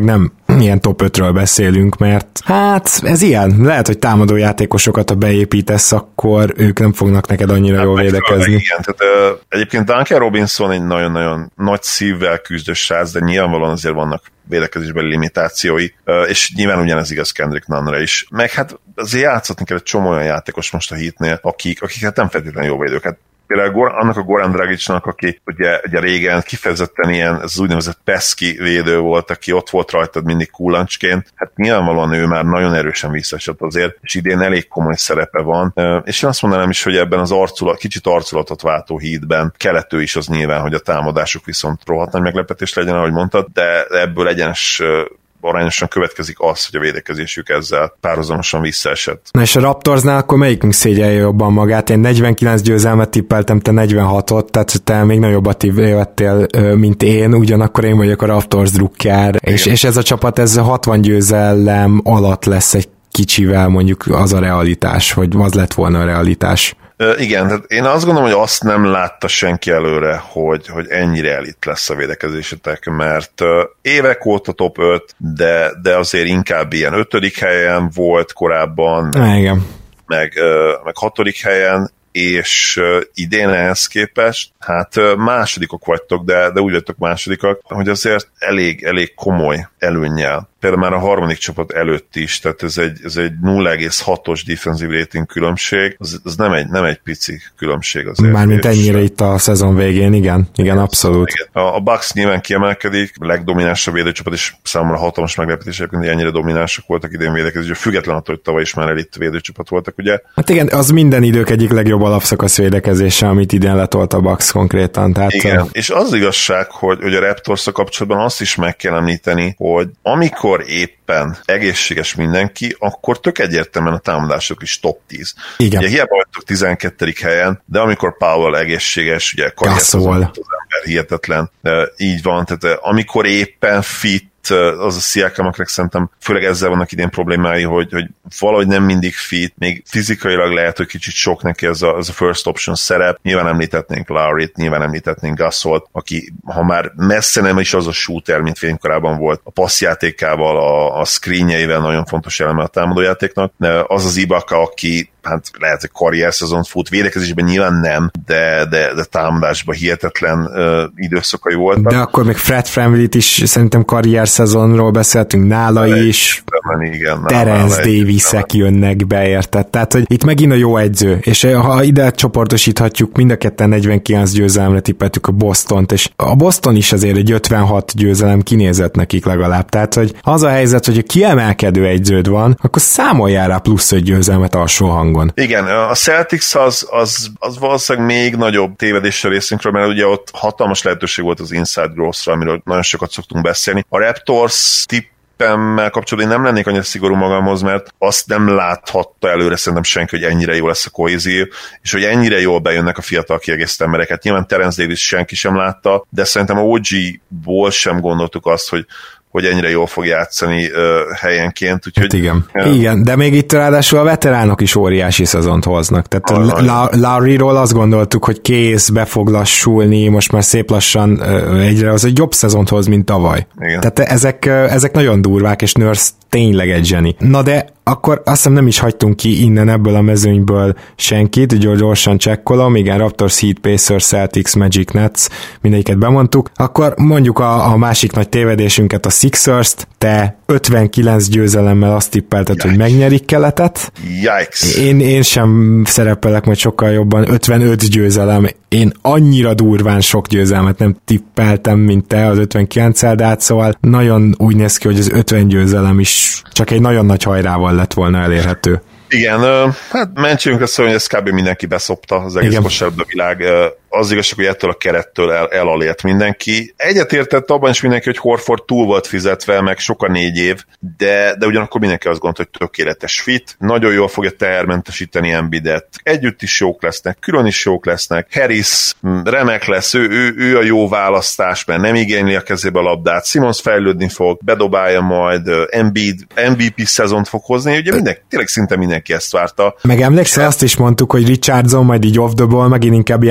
ilyen top ötről beszélünk, mert hát ez ilyen. Lehet, hogy támadó játékosokat, ha beépítesz, akkor ők nem fognak neked annyira hát jól védekezni. Igen, tehát uh, egyébként Duncan Robinson egy nagyon-nagyon nagy szívvel küzdő srác, de nyilvánvalóan azért vannak védekezésbeli limitációi, uh, és nyilván ugyanez igaz Kendrick Nunnra is. Meg hát azért játszhatni kell egy csomó olyan játékos most a Heatnél, akik, akik hát nem feltétlenül jó védőket. Például annak a Goran Dragicnak, aki ugye, ugye régen kifejezetten ilyen, ez az úgynevezett pesky védő volt, aki ott volt rajtad mindig kullancsként, hát nyilvánvalóan ő már nagyon erősen visszaesett azért, és idén elég komoly szerepe van, és én azt mondanám is, hogy ebben az arculat, kicsit arculatot váltó Heatben kelető is az nyilván, hogy a támadásuk viszont rohadt nagy meglepetés legyen, ahogy mondtad, de ebből egyenes arányosan következik az, hogy a védekezésük ezzel párhuzamosan visszaesett. Na és a Raptorsnál akkor melyikünk szégyelje jobban magát? Én negyvenkilenc győzelmet tippeltem, te negyvenhatot, tehát te még nagyobbat tévedtél, mint én, ugyanakkor én vagyok a Raptors drukker, és, és ez a csapat ez hatvan győzelem alatt lesz egy kicsivel, mondjuk az a realitás, hogy az lett volna a realitás. Igen, tehát én azt gondolom, hogy azt nem látta senki előre, hogy, hogy ennyire elit lesz a védekezésetek, mert évek óta top öt, de, de azért inkább ilyen ötödik helyen volt korábban, Há, igen. meg, meg hatodik helyen, és idén ehhez képest, hát másodikok vagytok, de, de úgy vagytok másodikak, hogy azért elég, elég komoly előnnyel. Például már a harmadik csapat előtt is, tehát ez egy, ez egy nulla egész hatos defensive rating különbség, az, az nem, egy, nem egy pici különbség azért. Mármint ennyire itt a szezon végén, igen, igen, abszolút. Igen. A, a Bucks nyilván kiemelkedik, a legdominánsabb védőcsapat, és számomra hatalmas meglepetés, hogy ennyire dominánsak voltak idén védekezésben, független attól, hogy tavaly is már elit védőcsapat voltak, ugye? Hát igen, az minden idők egyik legjobb alapszakasz védekezése, amit idén letolt a Bucks konkrétan. Tehát igen, a... és az igazság, hogy, hogy a Raptors-a kapcsolatban azt is meg kell említeni, hogy amikor éppen egészséges mindenki, akkor tök egyértelműen a támadások is top tíz. Igen. Ugye hiába vagytok tizenkettedik helyen, de amikor Powell egészséges, ugye karriert az ember hihetetlen, de így van, tehát amikor éppen fit, az a Siakamaknak szerintem főleg ezzel vannak idén problémái, hogy, hogy valahogy nem mindig fit, még fizikailag lehet, hogy kicsit sok neki ez a, ez a first option szerep. Nyilván említetnénk Lowryt, nyilván említetnénk Gasolt, aki ha már messze nem is az a shooter, mint fénykorában volt, a passzjátékával, a, a screenjeivel nagyon fontos eleme a támadójátéknak, de az az Ibaka, aki hát lehet, hogy karrier szezont fut, védekezésben nyilván nem, de, de, de támadásban hihetetlen uh, időszakai voltak. De akkor még Fred VanVleet is szerintem karrier szezonról beszéltünk, nála de is, igen, Terence Davis-ek jönnek be, érted? Tehát, hogy itt megint a jó egyző, és ha ide csoportosíthatjuk, mind a ketten negyvenkilenc győzelemre tippeltük a Bostont, és a Boston is azért egy ötvenhat győzelem kinézett nekik legalább. Tehát, hogy az a helyzet, hogy a kiemelkedő egyződ van, akkor számoljál rá plusz egy győzelmet alsó hangon. Igen, a Celtics az, az, az valószínűleg még nagyobb tévedés a részünkről, mert ugye ott hatalmas lehetőség volt az inside growth-ra, amiről nagyon sokat szoktunk beszélni. A Raptors tippemmel kapcsolatban én nem lennék annyira szigorú magamhoz, mert azt nem láthatta előre szerintem senki, hogy ennyire jó lesz a kohézió, és hogy ennyire jól bejönnek a fiatal kiegészített embereket. Nyilván Terence Davis senki sem látta, de szerintem a o gé-ból sem gondoltuk azt, hogy hogy ennyire jól fog játszani uh, helyenként. Úgyhogy, hát igen. Uh, igen, de még itt ráadásul a veteránok is óriási szezont hoznak. Tehát La- Lowryról azt gondoltuk, hogy kész, be fog lassulni, most már szép lassan uh, egyre az egy jobb szezont hoz, mint tavaly. Igen. Tehát ezek, uh, ezek nagyon durvák, és Nurse tényleg egy zseni. Na de akkor azt hiszem nem is hagytunk ki innen ebből a mezőnyből senkit, gyorsan csekkolom, igen, Raptors, Heat, Pacers, Celtics, Magic, Nets, mindegyiket bemondtuk, akkor mondjuk a, a másik nagy tévedésünket, a Sixers-t, te ötvenkilenc győzelemmel azt tippelted, Yikes. hogy megnyerik Keletet. Yikes! Én, én sem szerepelek majd sokkal jobban, ötvenöt győzelem, én annyira durván sok győzelmet nem tippeltem, mint te az ötvenkilenccel, de hát szóval nagyon úgy néz ki, hogy az ötven győzelem is csak egy nagyon nagy hajrával lett volna elérhető. Igen, hát mentségünkre szólni, hogy ezt kb. Mindenki beszopta, az egész kosárlabda világ. Az igazság, hogy ettől a kerettől el, elalért mindenki. Egyetértett abban is mindenki, hogy Horford túl volt fizetve, meg sokan négy év, de, de ugyanakkor mindenki azt gondolta, hogy tökéletes fit, nagyon jól fogja tehermentesíteni Embiidet. Együtt is jók lesznek, külön is jók lesznek. Harris remek lesz, ő, ő, ő a jó választás, mert nem igényli a kezébe a labdát. Simmons fejlődni fog, bedobálja majd, Embiid em vé pé szezont fog hozni, ugye mindenki, tényleg szinte mindenki ezt várta. Meg emlékszel, azt is mondtuk, hogy Richardson majd így off the ball megint inkább ilyen negyven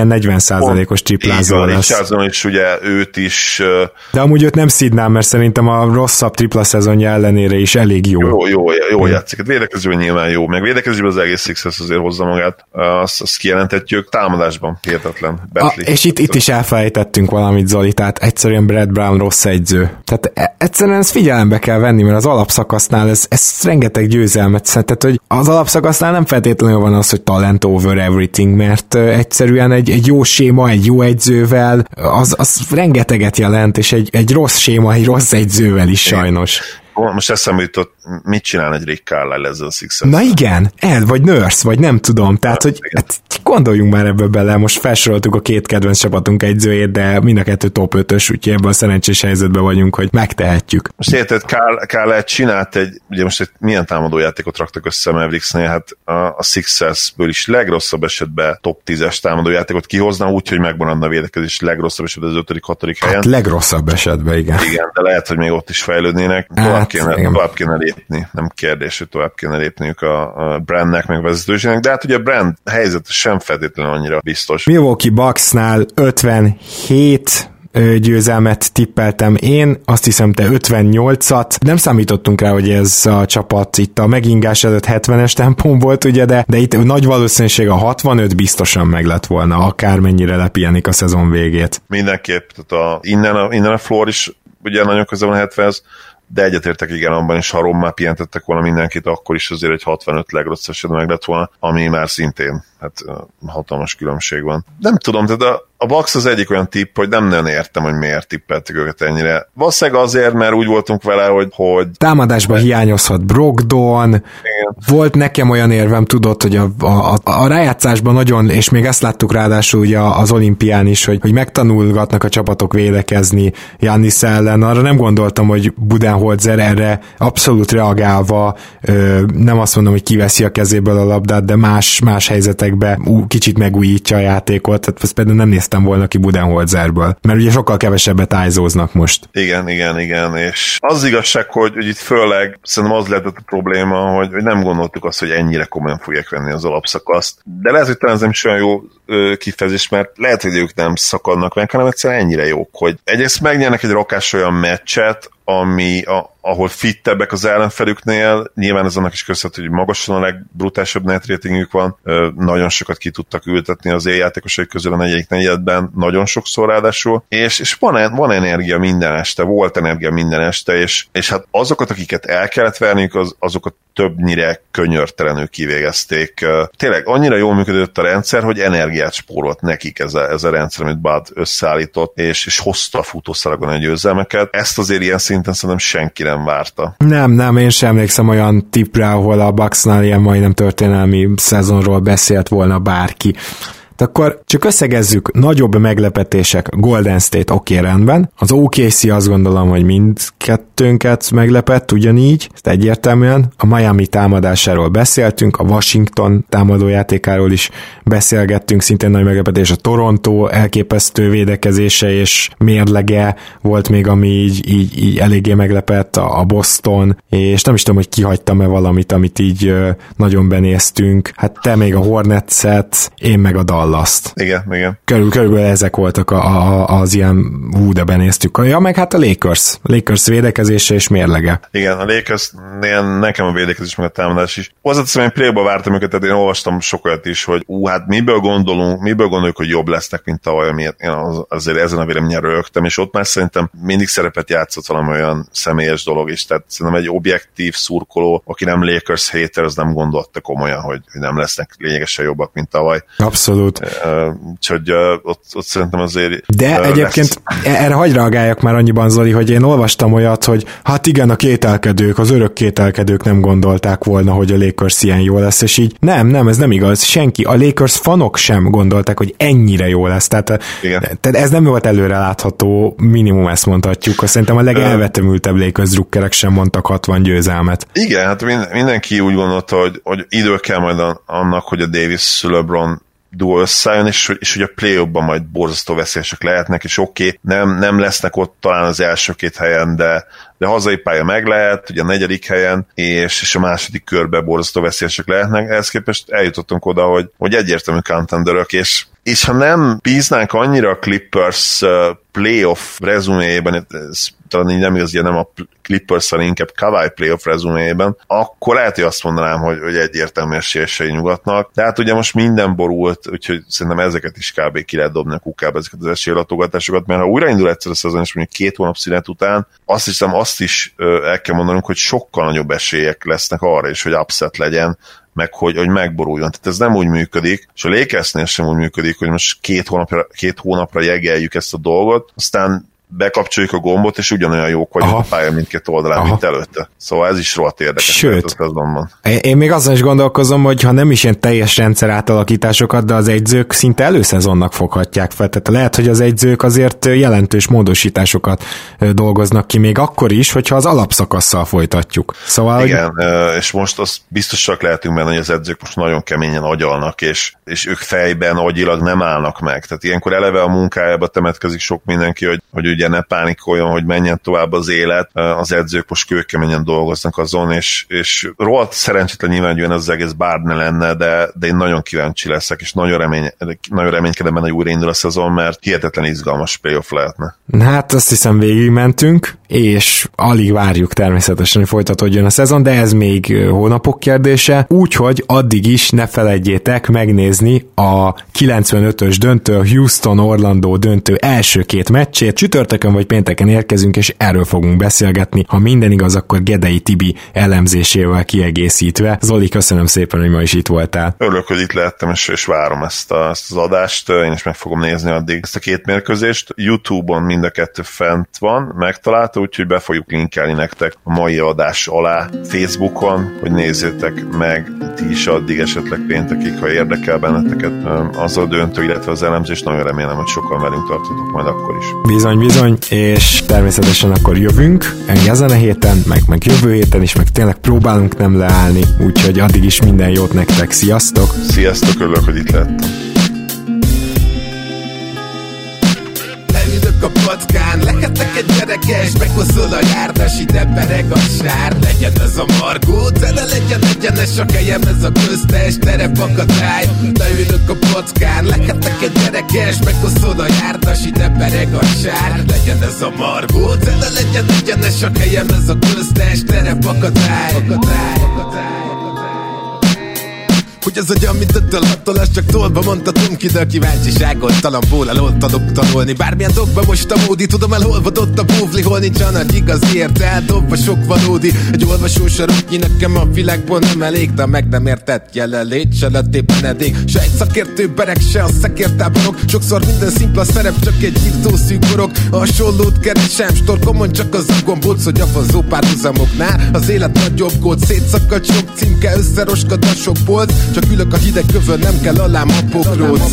százalékos triplázolás. Richardson is ugye őt is... De amúgy őt nem szidnám, mert szerintem a rosszabb tripla szezonja ellenére is elég jó. Jó, jó, jó játszik. Hát védekezőben nyilván jó, meg védekezőben az egész Sixers azért hozza magát. Azt, azt kijelenthetjük. Támadásban hihetetlen. A, és itt, itt is elfelejtettünk valamit, Zoli, tehát egyszerűen Brad Brown rossz egyző. Tehát egyszerűen ezt figyelembe kell venni, mert az alapszakasznál ez, ez rengeteg győzelmet szent. Tehát, hogy az alapszakasznál nem feltétlenül van az, hogy talent over everything, mert egyszerűen egy, egy jó séma, egy jó egyzővel, az, az rengeteget jelent, és egy, egy rossz séma, egy rossz egyzővel is sajnos. Most eszembe jutott, mit csinál egy Rick Carlisle ezzel a Sixers? Na igen, el, vagy Nurse, vagy nem tudom, tehát, hogy hát, gondoljunk már ebbe bele, most felsoroltuk a két kedvenc csapatunk egyzőjét, de mind a kettő top ötös, úgyhogy ebben a szerencsés helyzetben vagyunk, hogy megtehetjük. Most érted, Carlisle csinált egy, ugye most egy milyen támadójátékot raktak össze a Mavericksnél, hát a, a Sixersből is legrosszabb esetben top tízes támadójátékot kihozna, úgyhogy megmaradna a védekezés legrosszabb esetben az ötödik, hatodik helyen. Hát legrosszabb esetben, igen. Igen, de lehet, hogy még ott is fejlődnének. Tovább, kéne, tovább kéne lépni, nem kérdés, hogy tovább kéne lépniük a, a Brandnek, meg vezetőségnek, de hát ugye a Brand helyzet sem feltétlenül annyira biztos. Milwaukee Bucksnál ötvenhét győzelmet tippeltem én, azt hiszem te ötvennyolcat. Nem számítottunk rá, hogy ez a csapat itt a megingás előtt hetvenes tempón volt, ugye, de, de itt nagy valószínűség a hatvanöt biztosan meg lett volna, akármennyire lepihenik a szezon végét. Mindenképp, tehát a, innen, a, innen a floor is ugye nagyon közel van a hetvenhez, de egyetértek igen abban is, ha rommá pihentettek volna mindenkit, akkor is azért egy hatvanöt legrosszabb esetben meg lett volna, ami már szintén hát hatalmas különbség van. Nem tudom, tehát a, a Bucks az egyik olyan tipp, hogy nem nagyon értem, hogy miért tippeltek őket ennyire. Valószínűleg azért, mert úgy voltunk vele, hogy... hogy támadásban de... hiányozhat Brogdon, igen. Volt nekem olyan érvem, tudod, hogy a, a, a rájátszásban nagyon, és még ezt láttuk ráadásul ugye az olimpián is, hogy, hogy megtanulgatnak a csapatok védekezni Giannis ellen. Arra nem gondoltam, hogy Budenholzer erre abszolút reagálva, ö, nem azt mondom, hogy kiveszi a kezéből a labdát, de más, más helyzetekbe kicsit megújítja a játékot, tehát ezt például nem néztem volna ki Budenholzerből, mert ugye sokkal kevesebbet ájzóznak most. Igen, igen, igen, és az igazság, hogy, hogy itt főleg szerintem az lehetett a probléma, hogy, hogy nem gondoltuk azt, hogy ennyire komolyan fogják venni az alapszakaszt, de lehet, hogy talán ez nem is olyan jó ö, kifejezés, mert lehet, hogy ők nem szakadnak meg, hanem egyszerűen ennyire jók, hogy egyrészt megnyernek egy rakás olyan meccset, ami, a, ahol fittebbek az ellenfelüknél, nyilván ez annak is köszönhető, hogy magasan a legbrutálisabb net ratingük van, ö, nagyon sokat ki tudtak ültetni az éljátékosai közül a negyedik negyedben, nagyon sokszor ráadásul, és, és van, van energia minden este, volt energia minden este, és, és hát azokat, akiket el kellett verniük, az, azokat többnyire könyörtelenül kivégezték. Tényleg annyira jól működött a rendszer, hogy energiát spórolt nekik ez a, ez a rendszer, amit Bud összeállított, és, és hozta a futószalagon a győzelmeket. Ezt azért ilyen szinten szerintem senki nem várta. Nem, nem, én sem emlékszem olyan tippre, ahol a Bucksnál ilyen majdnem történelmi szezonról beszélt volna bárki. Akkor csak összegezzük, nagyobb meglepetések, Golden State oké, okay, rendben. Az o ká cé azt gondolom, hogy mindkettőnket meglepett ugyanígy, ezt egyértelműen. A Miami támadásáról beszéltünk, a Washington támadójátékáról is beszélgettünk, szintén nagy meglepetés. A Toronto elképesztő védekezése és mérlege volt még, ami így, így, így eléggé meglepett, a Boston, és nem is tudom, hogy kihagytam-e valamit, amit így nagyon benéztünk. Hát te még a Hornetset, én meg a Dallas. Laszt. Igen, igen. Körül, körülbelül ezek voltak a, a, az ilyen hú, de benéztük. Ja, meg hát a Lakers. Lakers védekezése és mérlege. Igen, a Lakers nekem a védekezés meg a támadás is. Hozzáteszem, én play-ba vártam őket, tehát én olvastam sok olyat is, hogy ú, hát miből gondolunk, miből gondoljuk, hogy jobb lesznek, mint tavaly, amiért én az, azért ezen a véleményen rögtem, és ott már szerintem mindig szerepet játszott valami olyan személyes dolog is, tehát szerintem egy objektív szurkoló, aki nem Lakers hater, az nem gondolta komolyan, hogy nem lesznek lényegesen jobbak, mint tavaly. Abszolút. Úgyhogy uh, ott, ott szerintem azért... De uh, egyébként lesz. Erre hagy reagáljak már annyiban, Zoli, hogy én olvastam olyat, hogy hát igen, a kételkedők, az örök kételkedők nem gondolták volna, hogy a Lakers ilyen jó lesz, és így nem, nem, ez nem igaz. Senki, a Lakers fanok sem gondolták, hogy ennyire jó lesz. Tehát, tehát ez nem volt előre látható, minimum ezt mondhatjuk. Szerintem a legelvetemültebb Lakers drukkerek sem mondtak hatvan győzelmet. Igen, hát mindenki úgy gondolta, hogy, hogy idő kell majd annak, hogy a Davis LeBron duo összejön, és, és hogy a play-offban majd borzasztó veszélyesek lehetnek, és oké, okay, nem, nem lesznek ott talán az első két helyen, de, de hazai pálya meg lehet, ugye a negyedik helyen, és, és a második körben borzasztó veszélyesek lehetnek. Ehhez képest eljutottunk oda, hogy, hogy egyértelmű contenderök, és és ha nem bíznánk annyira a Clippers playoff rezuméjében, ez talán így nem igaz, nem a Clippers-szel, inkább Kawhi playoff rezuméjében, akkor lehet, hogy azt mondanám, hogy, hogy egyértelmű esélyesei nyugatnak. De hát ugye most minden borult, úgyhogy szerintem ezeket is kb. Ki lehet dobni a kukába, ezeket az esélylatogatásokat, mert ha újraindul egyszer a szezon, és mondjuk két hónap szünet után, azt hiszem, azt is el kell mondanunk, hogy sokkal nagyobb esélyek lesznek arra is, hogy upset legyen, meg hogy, hogy megboruljon. Tehát ez nem úgy működik, és a Lakersnél sem úgy működik, hogy most két hónapra, két hónapra jegeljük ezt a dolgot, aztán bekapcsoljuk a gombot, és ugyanolyan jók vagyunk a pálya mindkét oldalán, Aha. mint előtte. Szóval ez is rohadt érdekes. Sőt, én még azon is gondolkozom, hogy ha nem is ilyen teljes rendszer átalakításokat, de az egyzők szinte előszezonnak foghatják fel. Tehát lehet, hogy az egyzők azért jelentős módosításokat dolgoznak ki még akkor is, hogyha az alapszakasszal folytatjuk. Szóval, igen, hogy... és most azt biztosak lehetünk benne, hogy az edzők most nagyon keményen agyalnak, és, és ők fejben agyilag nem állnak meg. Tehát ilyenkor eleve a munkájába temetkezik sok mindenki, hogy, hogy ugye ne pánikoljon, hogy menjen tovább az élet. Az edzők most kőkeményen dolgoznak azon, és, és rohadt szerencsétlen nyilván az egész Bárne lenne, de, de én nagyon kíváncsi leszek, és nagyon, remény, nagyon reménykedem benne, hogy újraindul a szezon, mert hihetetlen izgalmas playoff lehetne. Hát azt hiszem végigmentünk, és alig várjuk természetesen, hogy folytatódjon a szezon, de ez még hónapok kérdése, úgyhogy addig is ne feledjétek megnézni a kilencvenötös döntő, a Houston-Orlando döntő első két meccsét. Csütörtökön vagy pénteken érkezünk, és erről fogunk beszélgetni. Ha minden igaz, akkor Gedei Tibi elemzésével kiegészítve. Zoli, köszönöm szépen, hogy ma is itt voltál. Örülök, hogy itt lehettem, és, és várom ezt, a, ezt az adást. Én is meg fogom nézni addig ezt a két mérkőzést. YouTube-on mind a kettő fent van, megtalálta, úgyhogy be fogjuk linkelni nektek a mai adás alá Facebookon, hogy nézzétek meg ti is addig esetleg péntekig, ha érdekel benneteket az a döntő, illetve az elemzés. Nagyon remélem, hogy sokan velünk tartotok majd akkor is. Bizony, bizony, és természetesen akkor jövünk ezen a héten, meg, meg jövő héten is, meg tényleg próbálunk nem leállni, úgyhogy addig is minden jót nektek, sziasztok! Sziasztok, örülök, hogy itt lettem. A patkán, lehetek egy gyerekes, meghozol a járdás, ide bereg a sár. Legyen ez a Margó, tele legyen egyenes a kejem, ez a köztes terepakadály. Leülök a patkán, lehetek egy gyerekes, meghozol a járdás, ide bereg a sár. Legyen ez a Margó, tele legyen egyenes a kejem, ez a köztes terepakadály. Hogy az agyam, mint a talatolás, csak tolba mondtatom ki, de a kíváncsiságot talamból eloltalok tanulni. Bármilyen dobba most a módi, tudom elolvadott a búvli, hol nincs a nagy igaz ért, eldobva sok valódi. Egy olvasós saroknyi nekem a világból nem elég, de meg nem értett jelenlét, se lett éppen eddig. Se egy szakértő berek, se a szekértáborok. Sokszor minden szimpla szerep, csak egy írtó szűkorok. A hasonlót keresem, storkomon csak az aggon bolc, hogy a fazó párhuzamoknál az élet nagyobb gót. Szétszakadt sok címke, összeroskad a sok bolt. Csak ülök a hideg kövön, nem kell alám apokróc.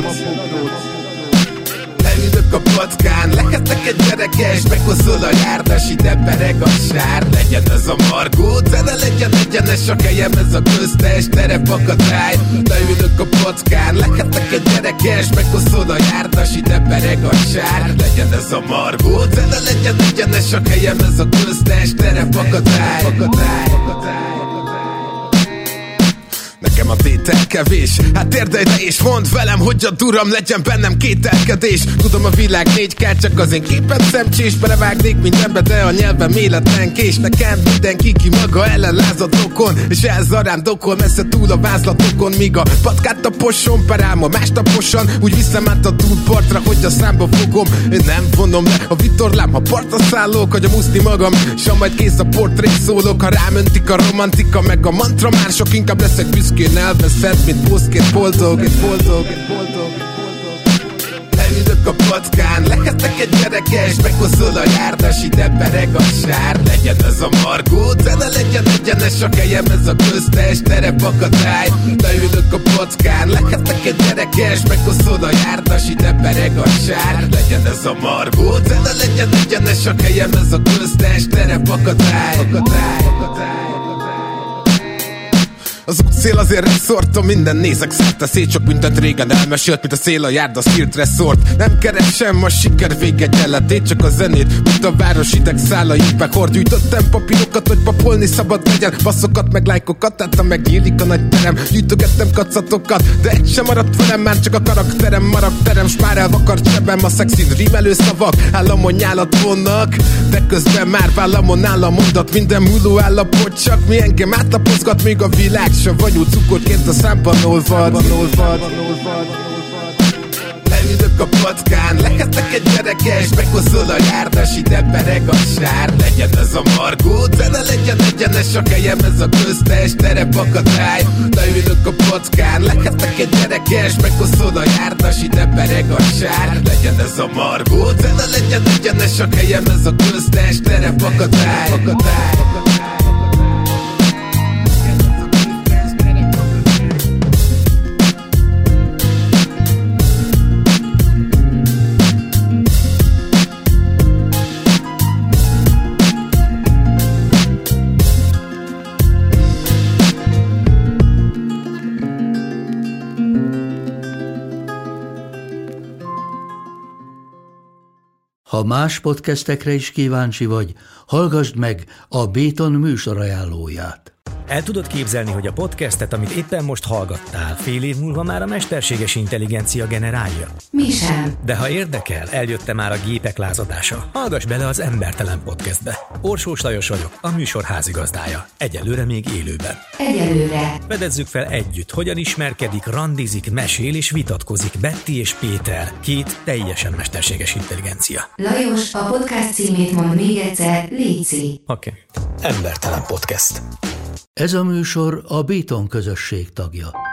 Leülök a patkán, lehetek egy gyerekes, meghozol a járdás, ide bereg a sár. Legyen ez a Margó, tele legyen egyenes a kejem, ez a köztes terepakadály. Leülök a patkán, lehetek egy gyerekes, meghozol a járdás, ide bereg a sár. Legyen ez a Margó, tele legyen egyenes a kejem, ez a köztes terepakadály. Nekem a tétel kevés, hát érdelj le és mondd velem, hogy a duram legyen bennem kételkedés. Tudom a világ négy kell, csak az én képet szemcsés. Belevágnék mindenbe, de a nyelvem életlen kés. Nekem mindenki ki maga ellen lázad rokon, és elzarám dokol messze túl a vázlatokon. Míg a patkát taposom, perálma más taposan, úgy viszem át a túlpartra, hogy a számba fogom. Én nem vonom le a vitorlám, ha partra szállok, hogy a muszti magam, s majd kész a portré szólok. Ha rám öntik a romantika, meg a mantra, már sok inkább leszek büszkén elveszed, mint buszként boldog, egy boldog, egy boldog. Leülök a patkán, lehetek egy gyerekes, meghozol a járdás, ide bereg a sár. Legyen ez a Margó, tele legyen egyenes a kejem, ez a köztes terepakadály. Leülök a patkán, lehetek egy gyerekes, meghozol a járdás, ide bereg a sár. Legyen ez a Margó, tele legyen egyenes a kejem, ez a köztes terepakadály. Az útszél azért reszortom, minden nézek szerte szét, csak mindent régen elmesélt, mint a szél a járda szírtre szórt. Nem keresem a siker végegyenletét, csak a zenét, mint a város ideg szállait hord. Gyűjtöttem papírokat, hogy papolni szabad legyen, passzokat meg lájkokat, tehát megnyílik a nagy terem. Gyűjtögettem kacatokat, de egy sem maradt velem, már csak a karakterem maradt terem, s már elvakart sebem a szexin rímelő szavak, államon nyálat vonnak, de közben már vállamon áll a mondat, minden múló állapot csak mi engem átlapozgat, még a világ sem vagyú cukorként a számban olvad. Leülök a patkán, lehetek egy gyerekes, meghozol a járdas, ide pereg a sár. Legyen ez a Margó, de ne legyen egyenes a fejem, ez a köztes terepakadály. Leülök a patkán, lehetek egy gyerekes, meghozol a járdas, ide pereg a sár. Legyen ez a Margó, de ne legyen egyenes a fejem, ez a köztes terepakadály. Ha más podcastekre is kíváncsi vagy, hallgassd meg a Béton műsor ajánlóját. El tudod képzelni, hogy a podcastet, amit éppen most hallgattál, fél év múlva már a mesterséges intelligencia generálja? Mi sem. De ha érdekel, eljött már a gépek lázadása. Hallgass bele az Embertelen Podcastbe. Orsós Lajos vagyok, a műsor házigazdája. Egyelőre még élőben. Egyelőre. Fedezzük fel együtt, hogyan ismerkedik, randizik, mesél és vitatkozik Betty és Péter, két teljesen mesterséges intelligencia. Lajos, a podcast címét mond még egyszer, léci. Oké. Okay. Embertelen Podcast. Ez a műsor a Béton közösség tagja.